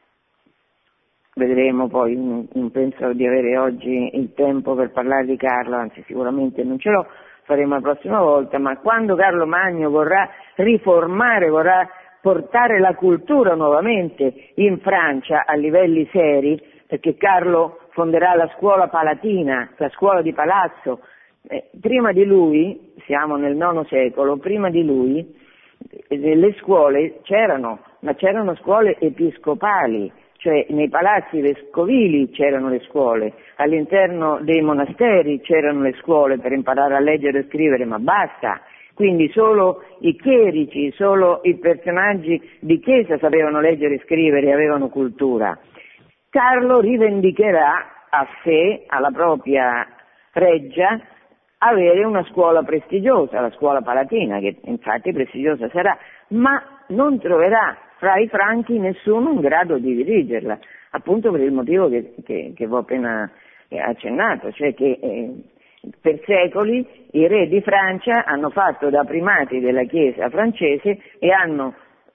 vedremo poi, non penso di avere oggi il tempo per parlare di Carlo, anzi sicuramente non ce l'ho, faremo la prossima volta, ma quando Carlo Magno vorrà riformare, vorrà portare la cultura nuovamente in Francia a livelli seri, perché Carlo fonderà la scuola palatina, la scuola di palazzo. Eh, prima di lui, siamo nel nono secolo, prima di lui eh, le scuole c'erano, ma c'erano scuole episcopali, cioè nei palazzi vescovili c'erano le scuole, all'interno dei monasteri c'erano le scuole per imparare a leggere e scrivere, ma basta. Quindi solo i chierici, solo i personaggi di chiesa sapevano leggere e scrivere e avevano cultura. Carlo rivendicherà a sé, alla propria reggia, avere una scuola prestigiosa, la scuola palatina, che infatti prestigiosa sarà, ma non troverà fra i franchi nessuno in grado di dirigerla, appunto per il motivo che, che, che vi ho appena accennato, cioè che eh, per secoli i re di Francia hanno fatto da primati della Chiesa francese e hanno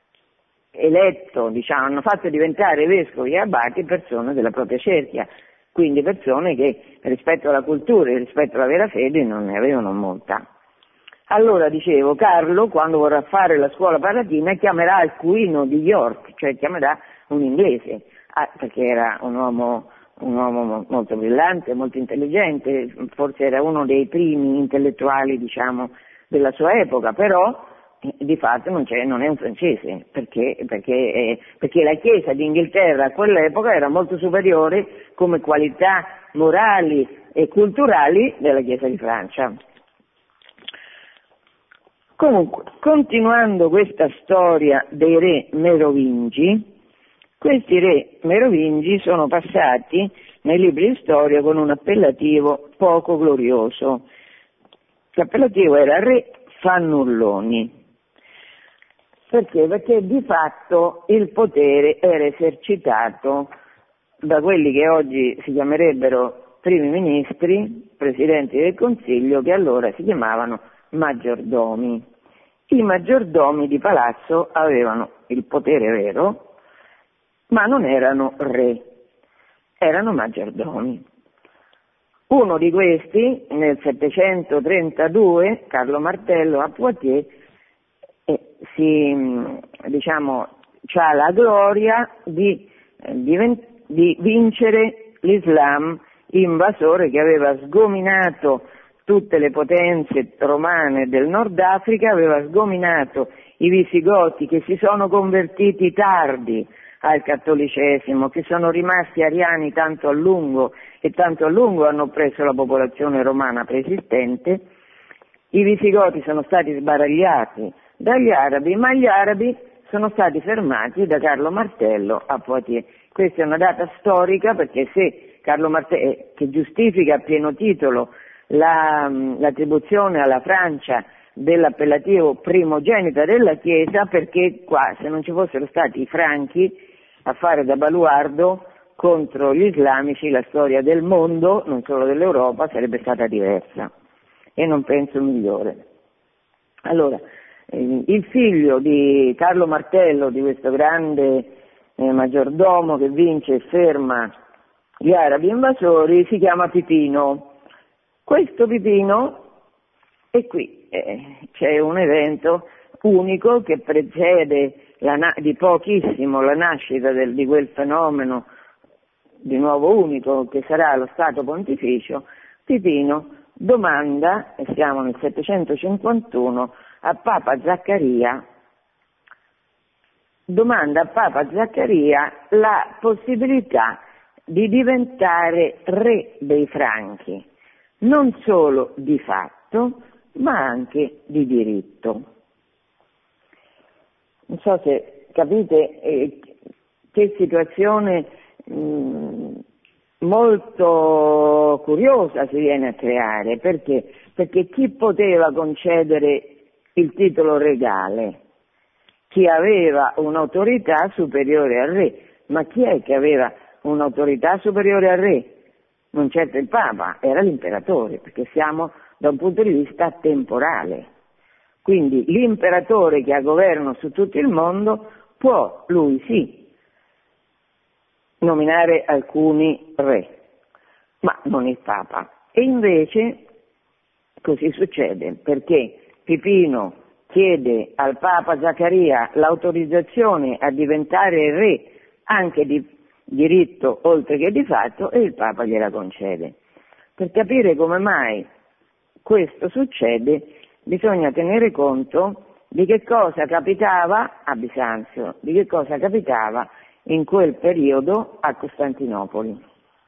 eletto, diciamo, hanno fatto diventare vescovi e abati persone della propria cerchia, quindi persone che rispetto alla cultura e rispetto alla vera fede non ne avevano molta. Allora, dicevo, Carlo, quando vorrà fare la scuola palatina, chiamerà Alcuino di York, cioè chiamerà un inglese, ah, perché era un uomo, un uomo molto brillante, molto intelligente, forse era uno dei primi intellettuali, diciamo, della sua epoca, però eh, di fatto non, c'è, non è un francese, perché, perché, eh, perché la Chiesa d'Inghilterra a quell'epoca era molto superiore come qualità morali e culturali della Chiesa di Francia. Comunque, continuando questa storia dei re merovingi, questi re merovingi sono passati nei libri di storia con un appellativo poco glorioso. L'appellativo era re fannulloni. Perché? Perché di fatto il potere era esercitato da quelli che oggi si chiamerebbero primi ministri, presidenti del Consiglio, che allora si chiamavano maggiordomi. I maggiordomi di palazzo avevano il potere vero, ma non erano re, erano maggiordomi. Uno di questi, nel settecentotrentadue, Carlo Martello a Poitiers, eh, si, diciamo, ha la gloria di, eh, di, di vincere l'Islam invasore che aveva sgominato tutte le potenze romane del Nord Africa, aveva sgominato i visigoti che si sono convertiti tardi al cattolicesimo, che sono rimasti ariani tanto a lungo e tanto a lungo hanno oppresso la popolazione romana preesistente. I visigoti sono stati sbaragliati dagli arabi, ma gli arabi sono stati fermati da Carlo Martello a Poitiers. Questa è una data storica, perché se Carlo Martello, che giustifica a pieno titolo La, l'attribuzione alla Francia dell'appellativo primogenita della Chiesa, perché qua se non ci fossero stati i franchi a fare da baluardo contro gli islamici, la storia del mondo, non solo dell'Europa, sarebbe stata diversa e non penso migliore. Allora, eh, il figlio di Carlo Martello, di questo grande eh, maggiordomo che vince e ferma gli arabi invasori, si chiama Pipino. Questo Pipino, e qui eh, c'è un evento unico che precede la na- di pochissimo la nascita del, di quel fenomeno di nuovo unico che sarà lo Stato Pontificio. Pipino domanda, e siamo nel settecentocinquantuno, a Papa Zaccaria, domanda a Papa Zaccaria la possibilità di diventare re dei Franchi, non solo di fatto, ma anche di diritto. Non so se capite eh, che situazione mh, molto curiosa si viene a creare, perché? Perché chi poteva concedere il titolo regale? Chi aveva un'autorità superiore al re. Ma chi è che aveva un'autorità superiore al re? Non certo il Papa, era l'imperatore, perché siamo da un punto di vista temporale. Quindi l'imperatore che ha governo su tutto il mondo può, lui sì, nominare alcuni re, ma non il Papa. E invece così succede, perché Pipino chiede al Papa Zaccaria l'autorizzazione a diventare re anche di diritto oltre che di fatto, e il Papa gliela concede. Per capire come mai questo succede bisogna tenere conto di che cosa capitava a Bisanzio, di che cosa capitava in quel periodo a Costantinopoli.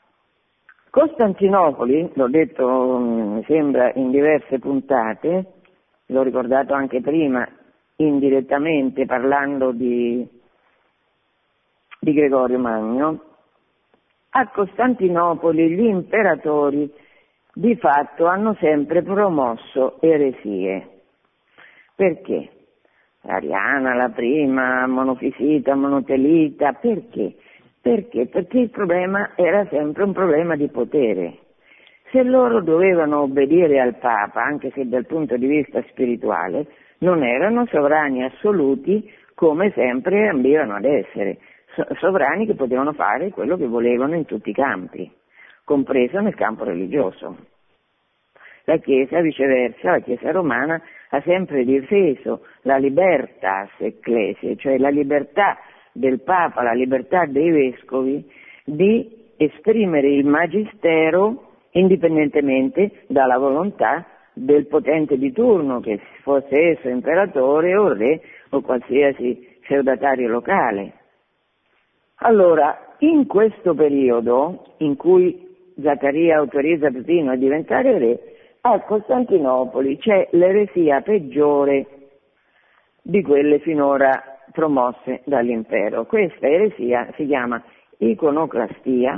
Costantinopoli, l'ho detto mi sembra in diverse puntate, l'ho ricordato anche prima indirettamente parlando di, di Gregorio Magno, a Costantinopoli gli imperatori di fatto hanno sempre promosso eresie. Perché? Ariana, la prima, monofisita, monotelita, perché? Perché? Perché il problema era sempre un problema di potere. Se loro dovevano obbedire al Papa, anche se dal punto di vista spirituale, non erano sovrani assoluti come sempre ambivano ad essere, sovrani che potevano fare quello che volevano in tutti i campi, compreso nel campo religioso. La Chiesa, viceversa, la Chiesa romana ha sempre difeso la libertas ecclesiae, cioè la libertà del Papa, la libertà dei vescovi di esprimere il magistero indipendentemente dalla volontà del potente di turno, che fosse esso imperatore o re o qualsiasi feudatario locale. Allora, in questo periodo in cui Zaccaria autorizza Pipino a diventare re, a Costantinopoli c'è l'eresia peggiore di quelle finora promosse dall'impero. Questa eresia si chiama iconoclastia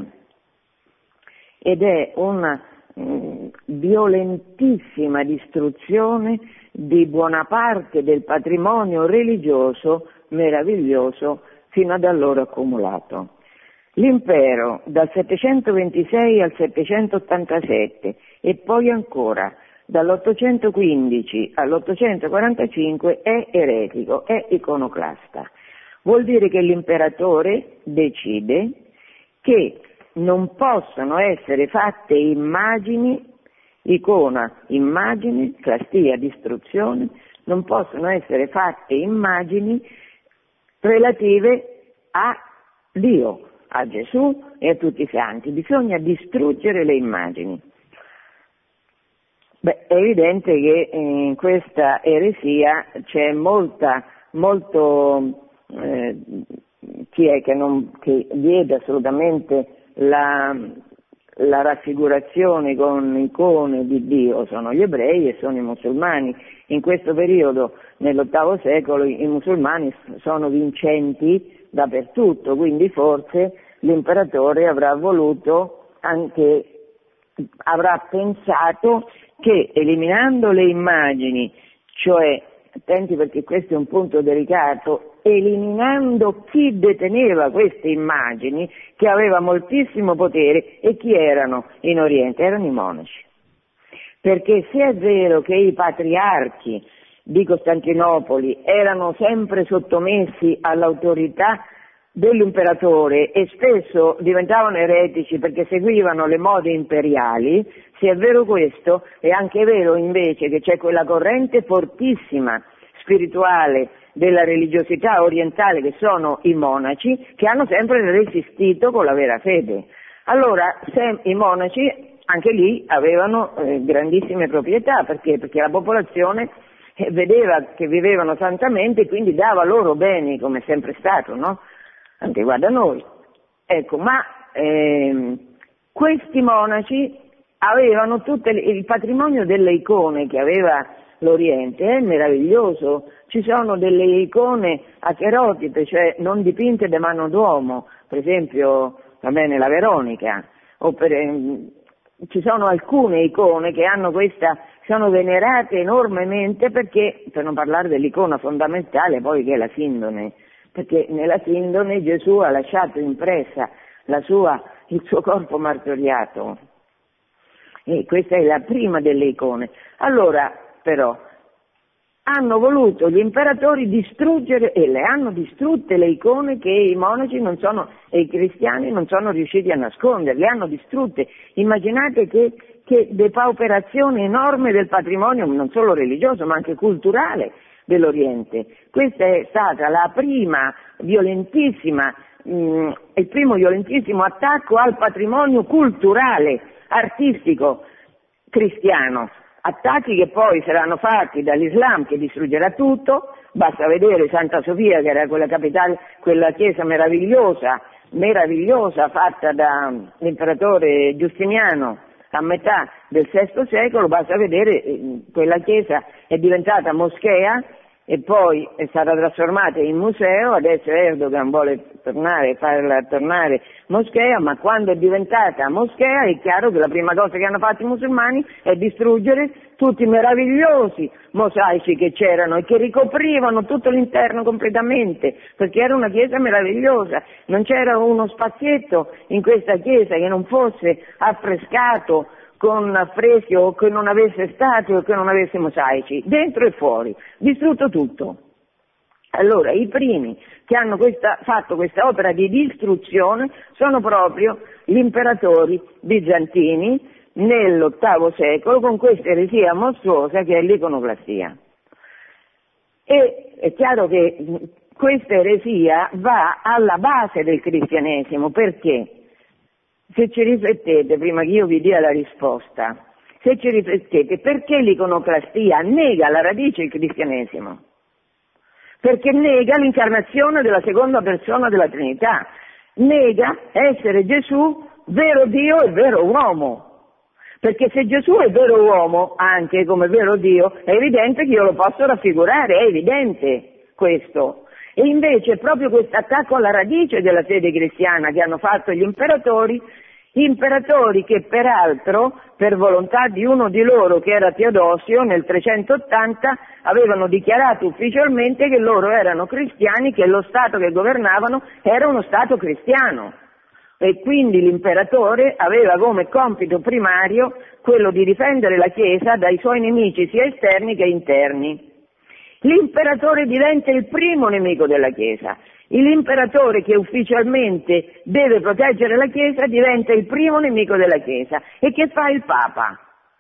ed è una mh, violentissima distruzione di buona parte del patrimonio religioso meraviglioso fino ad allora accumulato. L'impero dal settecentoventisei al settecentottantasette e poi ancora dall'ottocentoquindici all'ottocentoquarantacinque è eretico, è iconoclasta. Vuol dire che l'imperatore decide che non possono essere fatte immagini, icona, immagine, clastia, distruzione, non possono essere fatte immagini relative a Dio, a Gesù e a tutti i santi. Bisogna distruggere le immagini. Beh, è evidente che in questa eresia c'è molta, molto, eh, chi è che, non, che vieta assolutamente la, la raffigurazione con icone di Dio? Sono gli ebrei e sono i musulmani. In questo periodo, nell'ottavo secolo, i musulmani sono vincenti dappertutto, quindi forse l'imperatore avrà voluto anche, avrà pensato che eliminando le immagini, cioè, attenti perché questo è un punto delicato, eliminando chi deteneva queste immagini, che aveva moltissimo potere, e chi erano in Oriente? Erano i monaci. Perché se è vero che i patriarchi di Costantinopoli erano sempre sottomessi all'autorità dell'imperatore e spesso diventavano eretici perché seguivano le mode imperiali, se è vero questo, è anche vero invece che c'è quella corrente fortissima spirituale della religiosità orientale che sono i monaci, che hanno sempre resistito con la vera fede. Allora, se i monaci anche lì avevano eh, grandissime proprietà, perché? Perché la popolazione eh, vedeva che vivevano santamente e quindi dava loro beni, come è sempre stato, no? Anche qua da noi. Ecco, ma ehm, questi monaci avevano tutto il patrimonio delle icone che aveva l'Oriente, è meraviglioso. Ci sono delle icone acherotipe, cioè non dipinte da mano d'uomo, per esempio, va bene, la Veronica, o per, ehm, ci sono alcune icone che hanno questa, sono venerate enormemente perché, per non parlare dell'icona fondamentale poi che è la sindone, perché nella sindone Gesù ha lasciato impressa la sua, il suo corpo martoriato. E questa è la prima delle icone. Allora, però, hanno voluto gli imperatori distruggere, e le hanno distrutte le icone che i monaci non sono, e i cristiani non sono riusciti a nascondere, le hanno distrutte. Immaginate che, che depauperazione enorme del patrimonio, non solo religioso, ma anche culturale dell'Oriente. Questa è stata la prima violentissima, mh, il primo violentissimo attacco al patrimonio culturale, artistico, cristiano. Attacchi che poi saranno fatti dall'Islam che distruggerà tutto, basta vedere Santa Sofia che era quella capitale, quella chiesa meravigliosa, meravigliosa fatta dall'imperatore Giustiniano a metà del sesto secolo, basta vedere quella chiesa è diventata moschea e poi è stata trasformata in museo, adesso Erdogan vuole tornare, farla tornare moschea, ma quando è diventata moschea è chiaro che la prima cosa che hanno fatto i musulmani è distruggere tutti i meravigliosi mosaici che c'erano e che ricoprivano tutto l'interno completamente, perché era una chiesa meravigliosa, non c'era uno spazietto in questa chiesa che non fosse affrescato con affreschi o che non avesse statue o che non avesse mosaici, dentro e fuori, distrutto tutto. Allora, i primi che hanno questa, fatto questa opera di distruzione sono proprio gli imperatori bizantini nell'ottavo secolo con questa eresia mostruosa che è l'iconoclastia. E è chiaro che questa eresia va alla base del cristianesimo, perché? Se ci riflettete, prima che io vi dia la risposta, se ci riflettete, perché l'iconoclastia nega alla radice il cristianesimo? Perché nega l'incarnazione della seconda persona della Trinità, nega essere Gesù vero Dio e vero uomo. Perché se Gesù è vero uomo, anche come vero Dio, è evidente che io lo posso raffigurare, è evidente questo. E invece è proprio questo attacco alla radice della fede cristiana che hanno fatto gli imperatori, imperatori che peraltro, per volontà di uno di loro che era Teodosio, nel trecentottanta avevano dichiarato ufficialmente che loro erano cristiani, che lo Stato che governavano era uno Stato cristiano. E quindi l'imperatore aveva come compito primario quello di difendere la Chiesa dai suoi nemici sia esterni che interni. L'imperatore diventa il primo nemico della Chiesa, l'imperatore che ufficialmente deve proteggere la Chiesa diventa il primo nemico della Chiesa. E che fa il Papa?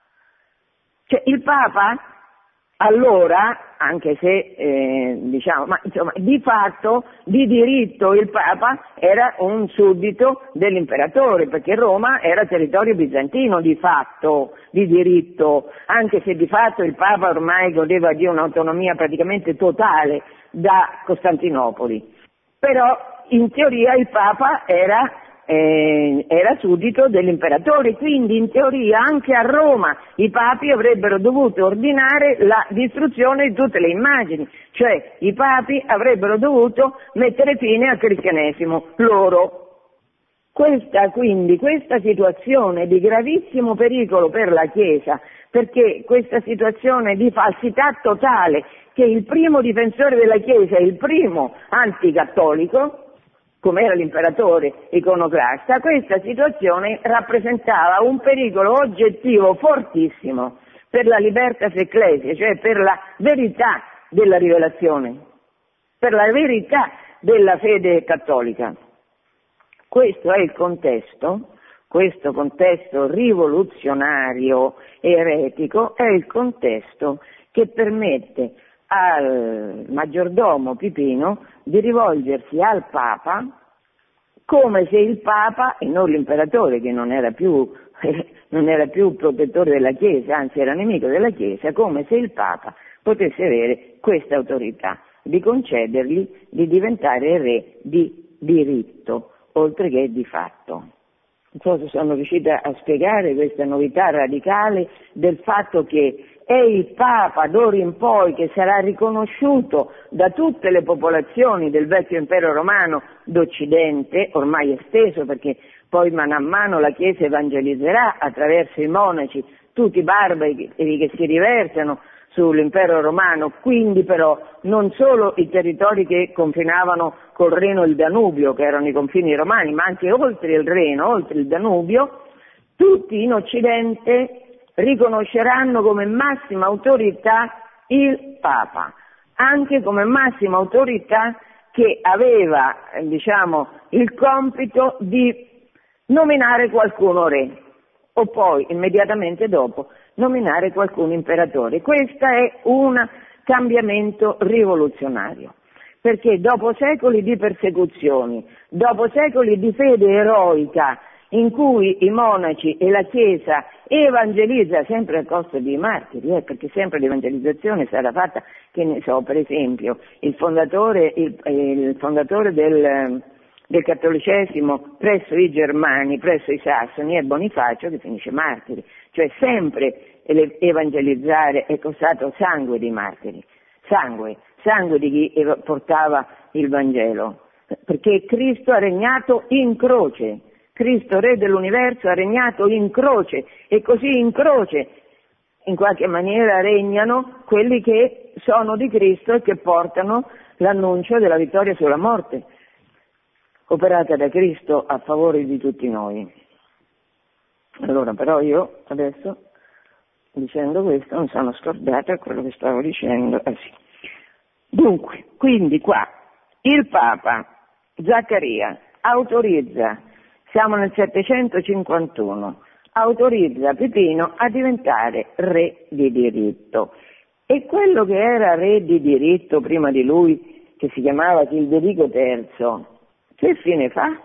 Cioè il Papa allora, anche se eh, diciamo, ma insomma di fatto, di diritto il Papa era un suddito dell'imperatore, perché Roma era territorio bizantino di fatto, di diritto, anche se di fatto il Papa ormai godeva di un'autonomia praticamente totale da Costantinopoli. Però in teoria il Papa era Eh, era suddito dell'imperatore, quindi in teoria anche a Roma i papi avrebbero dovuto ordinare la distruzione di tutte le immagini, cioè i papi avrebbero dovuto mettere fine al cristianesimo, loro. Questa quindi, questa situazione di gravissimo pericolo per la Chiesa, perché questa situazione di falsità totale, che il primo difensore della Chiesa è il primo anticattolico, come era l'imperatore iconoclasta, questa situazione rappresentava un pericolo oggettivo fortissimo per la libertas ecclesia, cioè per la verità della rivelazione, per la verità della fede cattolica. Questo è il contesto, questo contesto rivoluzionario eretico è il contesto che permette al maggiordomo Pipino di rivolgersi al Papa come se il Papa, e non l'imperatore che non era più eh, non era più protettore della Chiesa, anzi era nemico della Chiesa, come se il Papa potesse avere questa autorità di concedergli di diventare re di diritto, oltre che di fatto. Non so se sono riuscita a spiegare questa novità radicale del fatto che è il Papa d'ora in poi che sarà riconosciuto da tutte le popolazioni del vecchio impero romano d'Occidente, ormai esteso perché poi mano a mano la Chiesa evangelizzerà attraverso i monaci tutti i barbari che si riversano sull'impero romano, quindi però non solo i territori che confinavano col Reno e il Danubio, che erano i confini romani, ma anche oltre il Reno, oltre il Danubio, tutti in Occidente riconosceranno come massima autorità il Papa, anche come massima autorità che aveva, diciamo, il compito di nominare qualcuno re, o poi immediatamente dopo nominare qualcuno imperatore. Questo è un cambiamento rivoluzionario, perché dopo secoli di persecuzioni, dopo secoli di fede eroica, in cui i monaci e la Chiesa evangelizza sempre a costo di martiri, eh, perché sempre l'evangelizzazione sarà fatta, che ne so, per esempio, il fondatore, il, il fondatore del, del cattolicesimo presso i Germani, presso i Sassoni, è Bonifacio, che finisce martiri, cioè sempre evangelizzare è costato sangue di martiri, sangue, sangue di chi portava il Vangelo, perché Cristo ha regnato in croce. Cristo, Re dell'universo, ha regnato in croce e così in croce in qualche maniera regnano quelli che sono di Cristo e che portano l'annuncio della vittoria sulla morte, operata da Cristo a favore di tutti noi. Allora, però io adesso, dicendo questo, mi sono scordata quello che stavo dicendo. Ah, sì. Dunque, quindi qua il Papa Zaccaria autorizza, siamo nel settecentocinquantuno, autorizza Pipino a diventare re di diritto. E quello che era re di diritto prima di lui, che si chiamava Childerico terzo, che fine fa?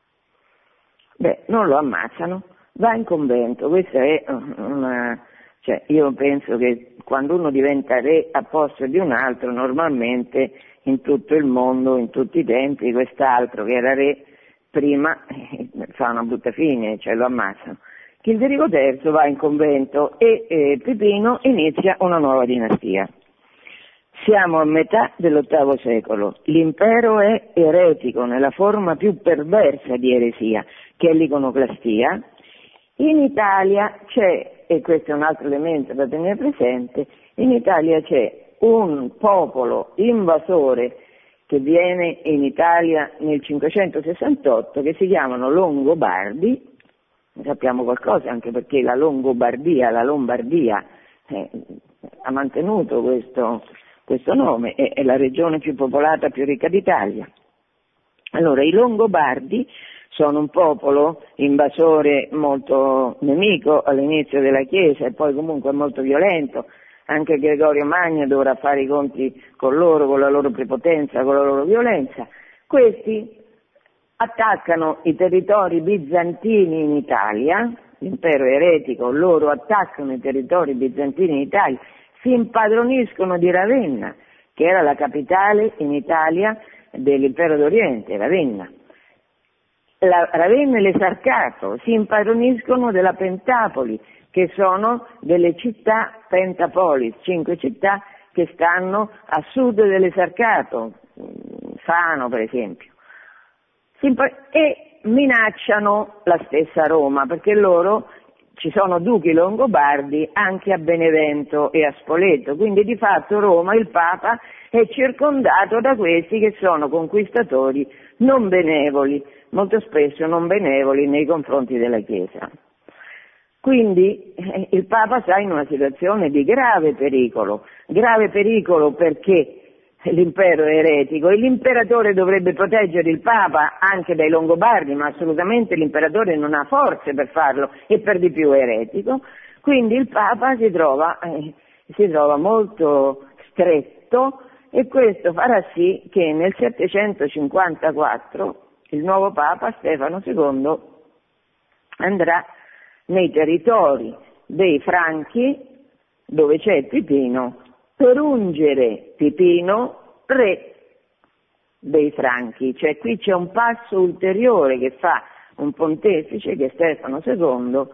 Beh, non lo ammazzano, va in convento. Questa è una... cioè io penso che quando uno diventa re a posto di un altro, normalmente in tutto il mondo, in tutti i tempi, quest'altro che era re prima eh, fa una brutta fine, cioè lo ammazzano. Childerico terzo va in convento e eh, Pipino inizia una nuova dinastia. Siamo a metà dell'ottavo secolo, l'impero è eretico nella forma più perversa di eresia, che è l'iconoclastia. In Italia c'è, e questo è un altro elemento da tenere presente, in Italia c'è un popolo invasore che viene in Italia nel cinquecentosessantotto, che si chiamano Longobardi. Ne sappiamo qualcosa anche perché la Longobardia, la Lombardia, eh, ha mantenuto questo, questo nome, è, è la regione più popolata, più ricca d'Italia. Allora, i Longobardi sono un popolo invasore molto nemico all'inizio della Chiesa e poi comunque molto violento. Anche Gregorio Magno dovrà fare i conti con loro, con la loro prepotenza, con la loro violenza. Questi attaccano i territori bizantini in Italia, l'impero eretico, loro attaccano i territori bizantini in Italia, si impadroniscono di Ravenna, che era la capitale in Italia dell'impero d'Oriente, Ravenna. La Ravenna e l'Esarcato si impadroniscono della Pentapoli, che sono delle città pentapolis, cinque città che stanno a sud dell'Esarcato, Fano per esempio, e minacciano la stessa Roma, perché loro, ci sono duchi longobardi anche a Benevento e a Spoleto, quindi di fatto Roma, il Papa, è circondato da questi che sono conquistatori non benevoli, molto spesso non benevoli nei confronti della Chiesa. Quindi eh, il Papa sta in una situazione di grave pericolo, grave pericolo perché l'impero è eretico e l'imperatore dovrebbe proteggere il Papa anche dai Longobardi, ma assolutamente l'imperatore non ha forze per farlo e per di più è eretico, quindi il Papa si trova, eh, si trova molto stretto e questo farà sì che nel settecentocinquantaquattro il nuovo Papa Stefano secondo andrà nei territori dei Franchi, dove c'è Pipino, per ungere Pipino re dei Franchi. Cioè qui c'è un passo ulteriore che fa un pontefice, che è Stefano secondo,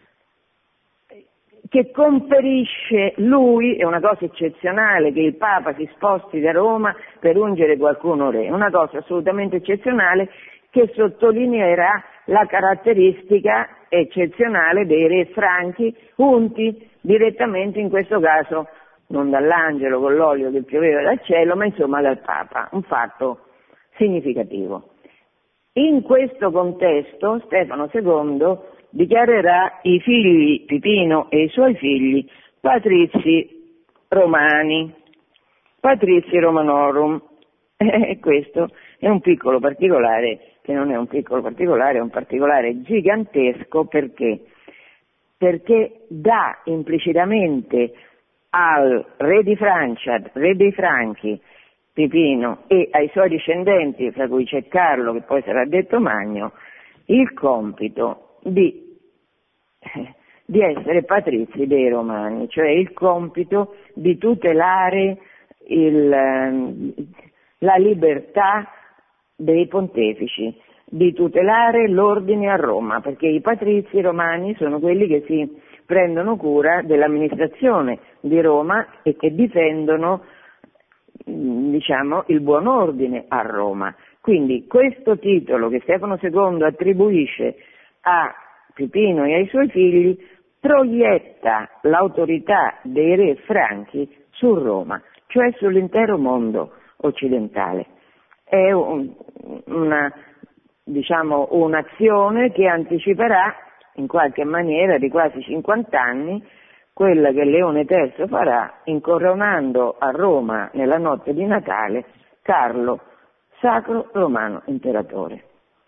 che conferisce lui, è una cosa eccezionale che il Papa si sposti da Roma per ungere qualcuno re, una cosa assolutamente eccezionale che sottolineerà la caratteristica eccezionale dei re franchi unti direttamente, in questo caso non dall'angelo con l'olio che pioveva dal cielo, ma insomma dal Papa, un fatto significativo. In questo contesto Stefano secondo dichiarerà i figli Pipino e i suoi figli patrizi romani, patrizi romanorum, e questo è un piccolo particolare, che non è un piccolo particolare, è un particolare gigantesco. Perché? Perché dà implicitamente al re di Francia, re dei Franchi, Pipino, e ai suoi discendenti, fra cui c'è Carlo, che poi sarà detto Magno, il compito di, di essere patrizi dei Romani, cioè il compito di tutelare il, la libertà dei pontefici, di tutelare l'ordine a Roma, perché i patrizi romani sono quelli che si prendono cura dell'amministrazione di Roma e che difendono, diciamo, il buon ordine a Roma. Quindi questo titolo che Stefano secondo attribuisce a Pipino e ai suoi figli proietta l'autorità dei re franchi su Roma, cioè sull'intero mondo occidentale. È un, una, diciamo, un'azione che anticiperà in qualche maniera di quasi cinquanta anni quella che Leone terzo farà incoronando a Roma nella notte di Natale Carlo, Sacro Romano Imperatore.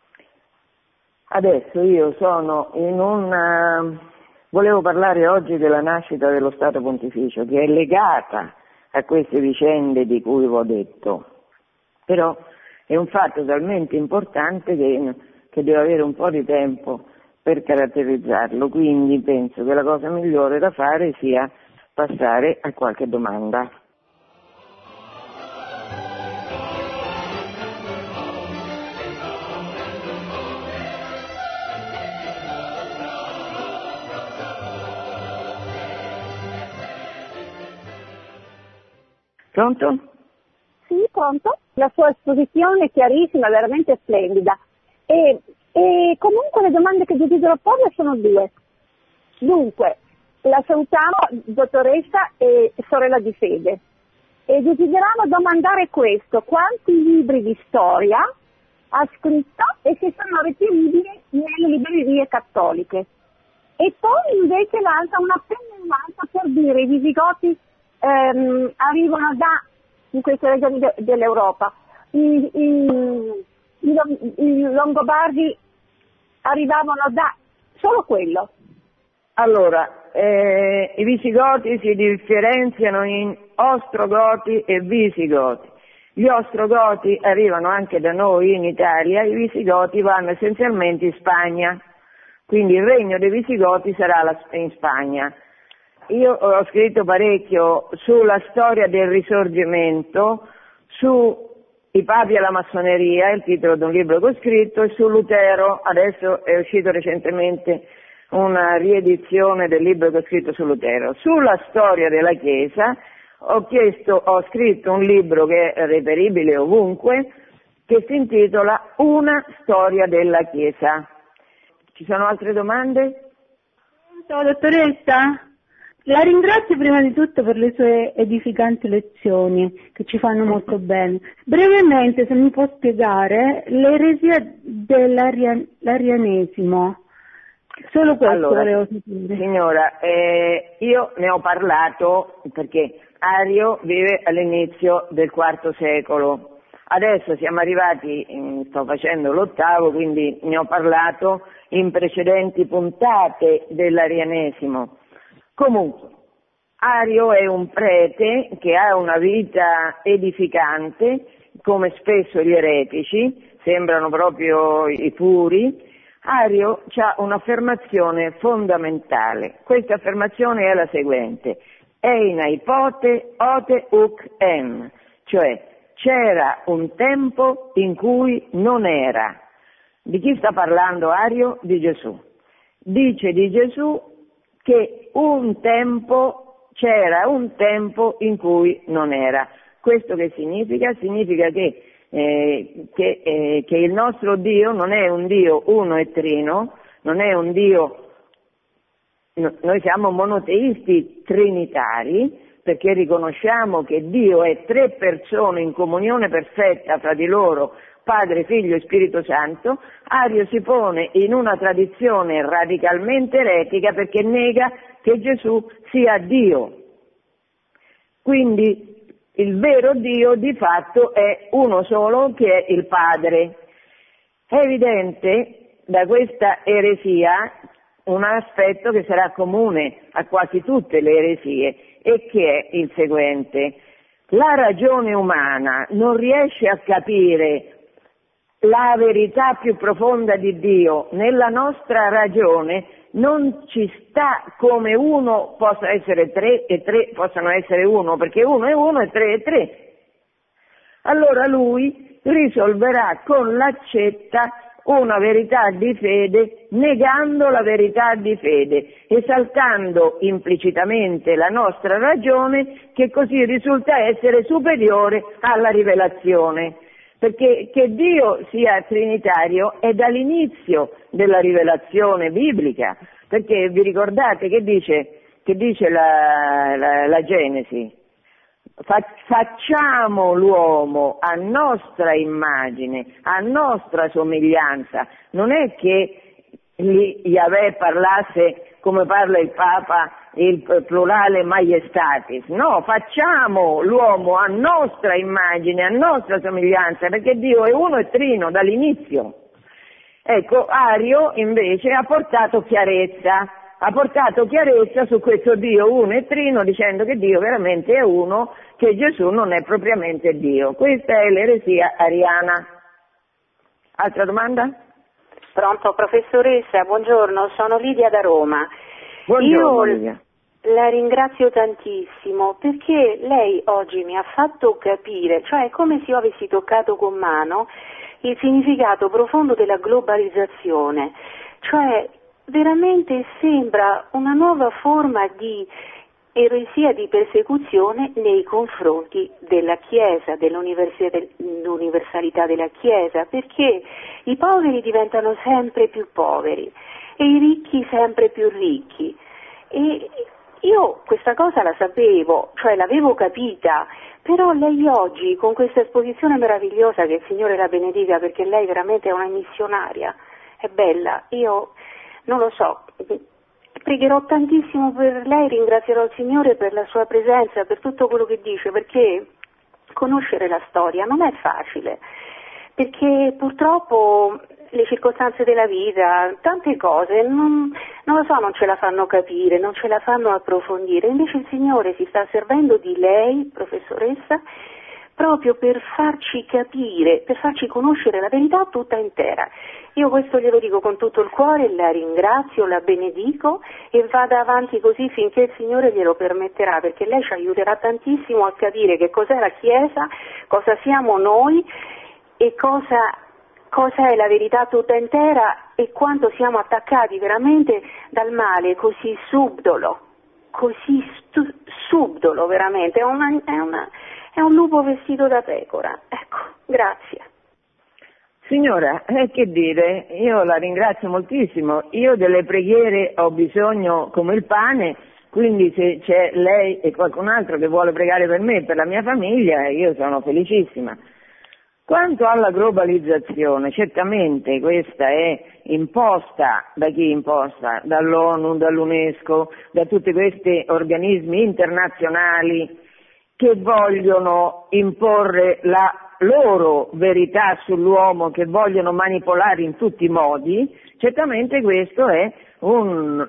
Adesso io sono in un... volevo parlare oggi della nascita dello Stato Pontificio, che è legata a queste vicende di cui vi ho detto, però è un fatto talmente importante che, che devo avere un po' di tempo per caratterizzarlo, quindi penso che la cosa migliore da fare sia passare a qualche domanda. Pronto? Sì, pronto. La sua esposizione è chiarissima, veramente splendida. E, e comunque le domande che desidero porle sono due. Dunque, la salutiamo, dottoressa e sorella di fede. E desideriamo domandare questo: quanti libri di storia ha scritto e se sono reperibili nelle librerie cattoliche? E poi invece l'altra, una pennellata per dire i Visigoti ehm, arrivano da, in queste regioni de, dell'Europa, i, i, i, i Longobardi arrivavano da, solo quello. Allora, eh, i Visigoti si differenziano in Ostrogoti e Visigoti. Gli Ostrogoti arrivano anche da noi in Italia, i Visigoti vanno essenzialmente in Spagna, quindi il regno dei Visigoti sarà la, in Spagna. Io ho scritto parecchio sulla storia del Risorgimento, sui papi e la massoneria, il titolo di un libro che ho scritto, e su Lutero. Adesso è uscito recentemente una riedizione del libro che ho scritto su Lutero. Sulla storia della Chiesa ho chiesto, ho scritto un libro che è reperibile ovunque, che si intitola Una storia della Chiesa. Ci sono altre domande? Ciao dottoressa, la ringrazio prima di tutto per le sue edificanti lezioni che ci fanno molto bene. Brevemente, se mi può spiegare l'eresia dell'arianesimo. Solo questo allora, volevo sapere. Signora, eh, io ne ho parlato perché Ario vive all'inizio del quarto secolo. Adesso siamo arrivati, sto facendo l'ottavo, quindi ne ho parlato in precedenti puntate dell'arianesimo. Comunque, Ario è un prete che ha una vita edificante, come spesso gli eretici, sembrano proprio i puri, Ario ha un'affermazione fondamentale. Questa affermazione è la seguente: eina ipote ote uk en, cioè c'era un tempo in cui non era. Di chi sta parlando Ario? Di Gesù. Dice di Gesù che un tempo, c'era un tempo in cui non era. Questo che significa? Significa che, eh, che, eh, che il nostro Dio non è un Dio uno e trino, non è un Dio, no, noi siamo monoteisti trinitari, perché riconosciamo che Dio è tre persone in comunione perfetta fra di loro, Padre, Figlio e Spirito Santo. Ario si pone in una tradizione radicalmente eretica perché nega che Gesù sia Dio. Quindi il vero Dio di fatto è uno solo, che è il Padre. È evidente da questa eresia un aspetto che sarà comune a quasi tutte le eresie, e che è il seguente: la ragione umana non riesce a capire la verità più profonda di Dio. Nella nostra ragione non ci sta come uno possa essere tre e tre possano essere uno, perché uno è uno e tre è tre. Allora lui risolverà con l'accetta una verità di fede, negando la verità di fede, esaltando implicitamente la nostra ragione, che così risulta essere superiore alla rivelazione. Perché che Dio sia trinitario è dall'inizio della rivelazione biblica, perché vi ricordate che dice, che dice la, la, la Genesi? Facciamo l'uomo a nostra immagine, a nostra somiglianza. Non è che Yahweh parlasse come parla il Papa, il plurale maiestatis. No, facciamo l'uomo a nostra immagine, a nostra somiglianza, perché Dio è uno e trino dall'inizio. Ecco, Ario invece ha portato chiarezza. Ha portato chiarezza su questo Dio uno e trino, dicendo che Dio veramente è uno, che Gesù non è propriamente Dio. Questa è l'eresia ariana. Altra domanda? Pronto, professoressa, buongiorno, sono Lidia da Roma. Buongiorno, Io Lidia. La ringrazio tantissimo perché lei oggi mi ha fatto capire, cioè è come se io avessi toccato con mano il significato profondo della globalizzazione, cioè veramente sembra una nuova forma di eresia, di persecuzione nei confronti della Chiesa, dell'universalità della Chiesa, perché i poveri diventano sempre più poveri e i ricchi sempre più ricchi. E io questa cosa la sapevo, cioè l'avevo capita, però lei oggi con questa esposizione meravigliosa, che il Signore la benedica, perché lei veramente è una missionaria, è bella, io non lo so, pregherò tantissimo per lei, ringrazierò il Signore per la sua presenza, per tutto quello che dice, perché conoscere la storia non è facile, perché purtroppo le circostanze della vita, tante cose, non, non lo so, non ce la fanno capire, non ce la fanno approfondire, invece il Signore si sta servendo di lei, professoressa, proprio per farci capire, per farci conoscere la verità tutta intera. Io questo glielo dico con tutto il cuore, la ringrazio, la benedico e vada avanti così finché il Signore glielo permetterà, perché lei ci aiuterà tantissimo a capire che cos'è la Chiesa, cosa siamo noi e cosa, cosa è la verità tutta intera e quanto siamo attaccati veramente dal male così subdolo, così stu- subdolo veramente, è una... È una È un lupo vestito da pecora. Ecco, grazie. Signora, eh, che dire, io la ringrazio moltissimo. Io delle preghiere ho bisogno come il pane, quindi se c'è lei e qualcun altro che vuole pregare per me e per la mia famiglia, io sono felicissima. Quanto alla globalizzazione, certamente questa è imposta, da chi imposta? Dall'ONU, dall'UNESCO, da tutti questi organismi internazionali che vogliono imporre la loro verità sull'uomo, che vogliono manipolare in tutti i modi. Certamente questo è un,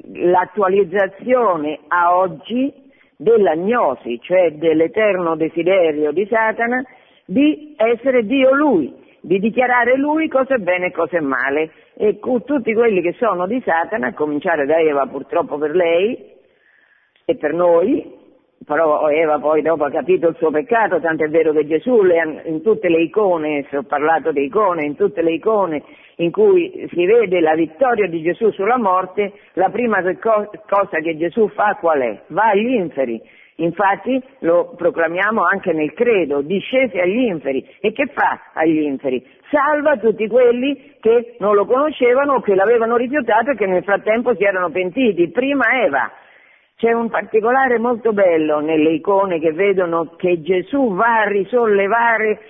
l'attualizzazione a oggi della gnosi, cioè dell'eterno desiderio di Satana di essere Dio lui, di dichiarare lui cosa è bene e cosa è male. E cu- tutti quelli che sono di Satana, a cominciare da Eva purtroppo per lei e per noi, però Eva poi dopo ha capito il suo peccato, tanto è vero che Gesù le, in tutte le icone, se ho parlato di icone, in tutte le icone in cui si vede la vittoria di Gesù sulla morte, la prima cosa che Gesù fa qual è? Va agli inferi. Infatti lo proclamiamo anche nel credo, discese agli inferi. E che fa agli inferi? Salva tutti quelli che non lo conoscevano o che l'avevano rifiutato e che nel frattempo si erano pentiti. Prima Eva. C'è un particolare molto bello nelle icone che vedono che Gesù va a risollevare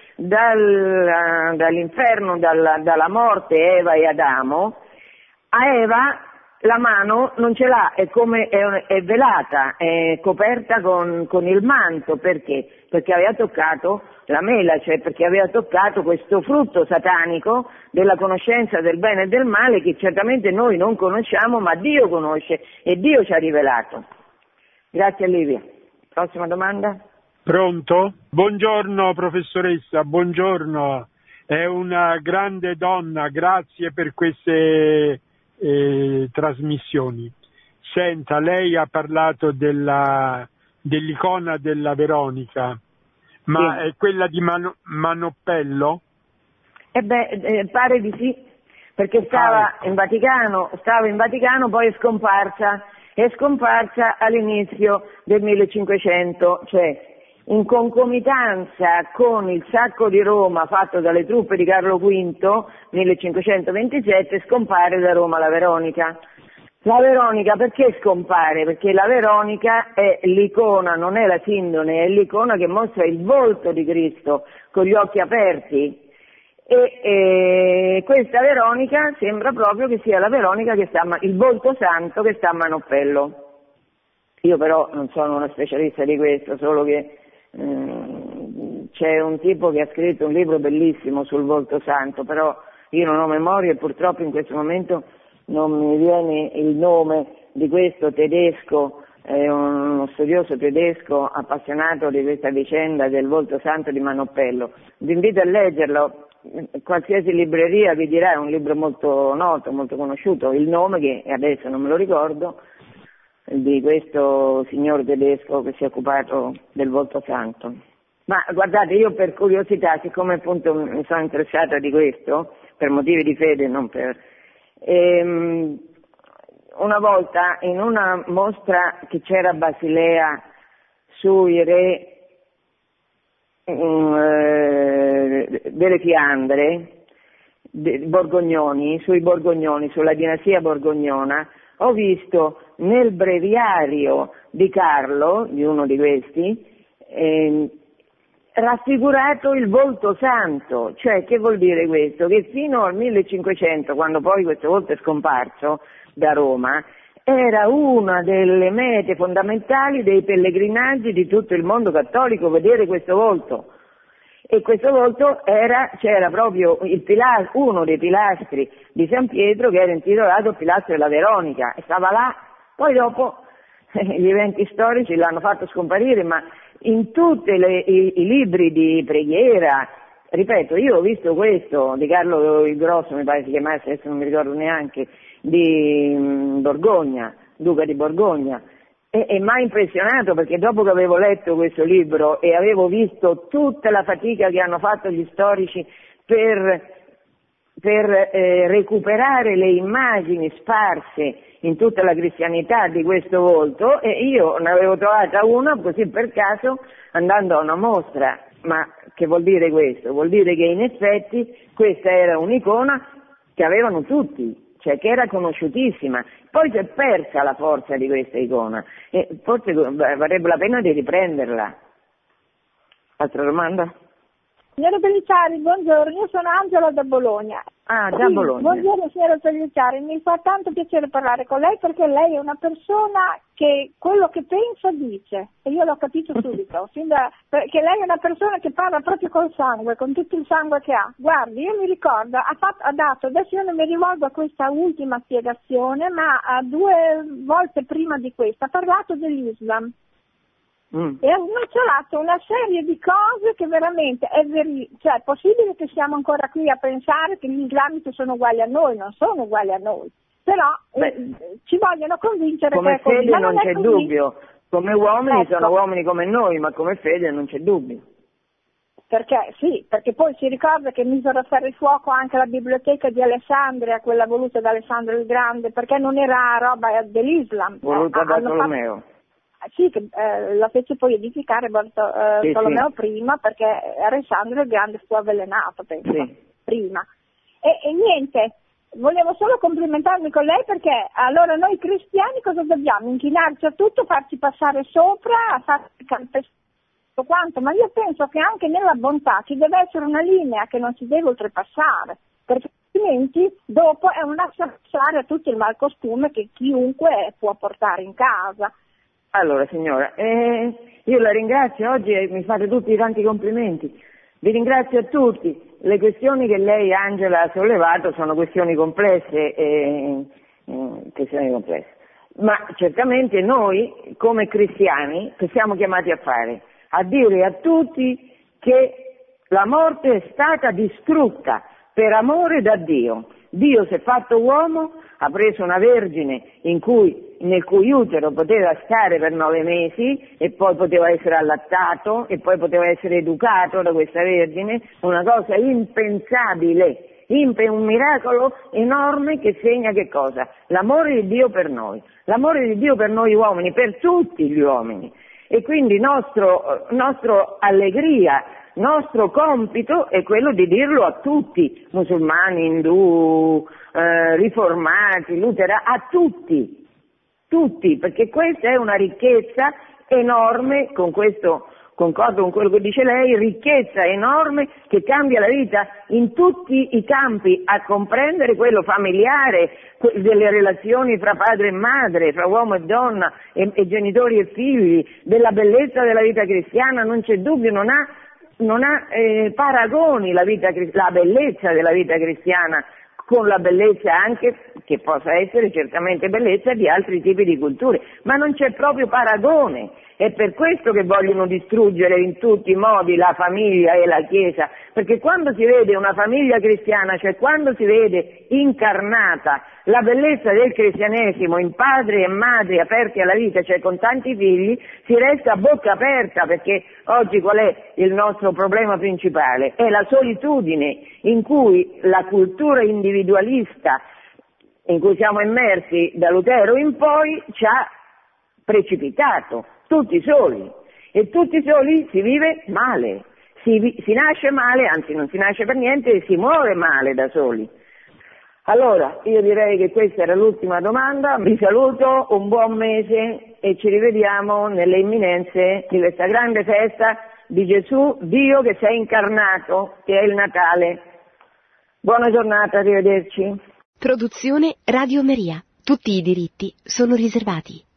dal, dall'inferno, dalla, dalla morte Eva e Adamo. A Eva la mano non ce l'ha, è come è, è velata, è coperta con, con il manto. Perché? Perché aveva toccato la mela, cioè perché aveva toccato questo frutto satanico della conoscenza del bene e del male che certamente noi non conosciamo, ma Dio conosce e Dio ci ha rivelato. Grazie Livia. Prossima domanda. Pronto? Buongiorno professoressa, buongiorno. È una grande donna, grazie per queste eh, trasmissioni. Senta, lei ha parlato della, dell'icona della Veronica, ma sì. È quella di Mano, Manoppello? Eh beh, eh, pare di sì, perché stava ah, in Vaticano, stava in Vaticano, poi è scomparsa. È scomparsa all'inizio del millecinquecento, cioè in concomitanza con il sacco di Roma fatto dalle truppe di Carlo quinto, millecinquecentoventisette, scompare da Roma la Veronica. La Veronica perché scompare? Perché la Veronica è l'icona, non è la sindone, è l'icona che mostra il volto di Cristo con gli occhi aperti. E, e questa Veronica sembra proprio che sia la Veronica che sta, il volto santo che sta a Manoppello. Io però non sono una specialista di questo, solo che eh, c'è un tipo che ha scritto un libro bellissimo sul volto santo, però io non ho memoria e purtroppo in questo momento non mi viene il nome di questo tedesco, è uno studioso tedesco appassionato di questa vicenda del volto santo di Manoppello. Vi invito a leggerlo. Qualsiasi libreria vi dirà, è un libro molto noto, molto conosciuto, il nome che adesso non me lo ricordo, di questo signor tedesco che si è occupato del volto santo. Ma guardate, io per curiosità, siccome appunto mi sono interessata di questo, per motivi di fede, non per... Ehm, una volta in una mostra che c'era a Basilea sui re delle Fiandre, de, Borgognoni, sui Borgognoni, sulla dinastia borgognona, ho visto nel breviario di Carlo, di uno di questi, eh, raffigurato il volto santo. Cioè, che vuol dire questo? Che fino al millecinquecento, quando poi questo volto è scomparso da Roma, era una delle mete fondamentali dei pellegrinaggi di tutto il mondo cattolico, vedere questo volto. E questo volto era, c'era proprio il pilastro, uno dei pilastri di San Pietro che era intitolato Pilastro della Veronica, e stava là. Poi dopo eh, gli eventi storici l'hanno fatto scomparire, ma in tutti i, i libri di preghiera, ripeto, io ho visto questo di Carlo il Grosso, mi pare si chiamasse, adesso non mi ricordo neanche, di Borgogna, duca di Borgogna, e, e mi ha impressionato perché dopo che avevo letto questo libro e avevo visto tutta la fatica che hanno fatto gli storici per, per eh, recuperare le immagini sparse in tutta la cristianità di questo volto, e io ne avevo trovata una così per caso andando a una mostra. Ma che vuol dire questo? Vuol dire che in effetti questa era un'icona che avevano tutti, cioè che era conosciutissima. Poi si è persa la forza di questa icona e forse varrebbe la pena di riprenderla. Altra domanda? Signora Pellicciari, buongiorno, io sono Angela da Bologna. Ah, da sì, Bologna. Buongiorno signora Pellicciari, mi fa tanto piacere parlare con lei perché lei è una persona che quello che pensa dice, e io l'ho capito subito, fin da, perché lei è una persona che parla proprio col sangue, con tutto il sangue che ha. Guardi, io mi ricordo, ha, fatto, ha dato, adesso io non mi rivolgo a questa ultima spiegazione, ma a due volte prima di questa, ha parlato dell'Islam. Mm. E ha snocciolato una serie di cose che veramente è veri, cioè è possibile che siamo ancora qui a pensare che gli islamici sono uguali a noi, non sono uguali a noi, però eh, ci vogliono convincere come che è così, fede ma non, non c'è così. dubbio, come uomini ecco. sono uomini come noi, ma come fede non c'è dubbio. Perché sì, perché poi si ricorda che misero a ferro anche la biblioteca di Alessandria, quella voluta da Alessandro il Grande, perché non era roba dell'Islam. Voluta eh, da Tolomeo. Fatto... Sì, che eh, la fece poi edificare Barto, eh, sì, Tolomeo sì. prima, perché Alessandro il Grande fu avvelenato, penso, sì. prima. E, e niente, volevo solo complimentarmi con lei, perché allora noi cristiani cosa dobbiamo? Inchinarci a tutto, farci passare sopra, a farci calpestare quanto, ma io penso che anche nella bontà ci deve essere una linea che non si deve oltrepassare, perché altrimenti dopo è un lasciare a tutto il malcostume che chiunque può portare in casa. Allora signora, eh, io la ringrazio oggi e mi fate tutti tanti complimenti, vi ringrazio a tutti. Le questioni che lei, Angela, ha sollevato sono questioni complesse, eh, eh, questioni complesse, ma certamente noi come cristiani che siamo chiamati a fare? A dire a tutti che la morte è stata distrutta per amore da Dio. Dio si è fatto uomo, ha preso una vergine in cui, nel cui utero poteva stare per nove mesi e poi poteva essere allattato e poi poteva essere educato da questa vergine, una cosa impensabile, un miracolo enorme che segna che cosa? L'amore di Dio per noi, l'amore di Dio per noi uomini, per tutti gli uomini. E quindi nostro, nostro allegria, nostro compito è quello di dirlo a tutti, musulmani, indù, eh, riformati, luterani, a tutti, tutti, perché questa è una ricchezza enorme, con questo concordo con quello che dice lei, ricchezza enorme che cambia la vita in tutti i campi, a comprendere quello familiare, delle relazioni fra padre e madre, fra uomo e donna, e, e genitori e figli, della bellezza della vita cristiana, non c'è dubbio, non ha, non ha eh, paragoni la, vita, la bellezza della vita cristiana con la bellezza anche, che possa essere certamente bellezza, di altri tipi di culture, ma non c'è proprio paragone. È per questo che vogliono distruggere in tutti i modi la famiglia e la Chiesa, perché quando si vede una famiglia cristiana, cioè quando si vede incarnata la bellezza del cristianesimo in padri e madri aperti alla vita, cioè con tanti figli, si resta a bocca aperta, perché oggi qual è il nostro problema principale? È la solitudine in cui la cultura individualista in cui siamo immersi da Lutero in poi ci ha precipitato. Tutti soli, e tutti soli si vive male, si, si nasce male, anzi non si nasce per niente e si muore male da soli. Allora, io direi che questa era l'ultima domanda, vi saluto, un buon mese e ci rivediamo nelle imminenze di questa grande festa di Gesù, Dio che si è incarnato, che è il Natale. Buona giornata, arrivederci. Produzione Radio Maria. Tutti i diritti sono riservati.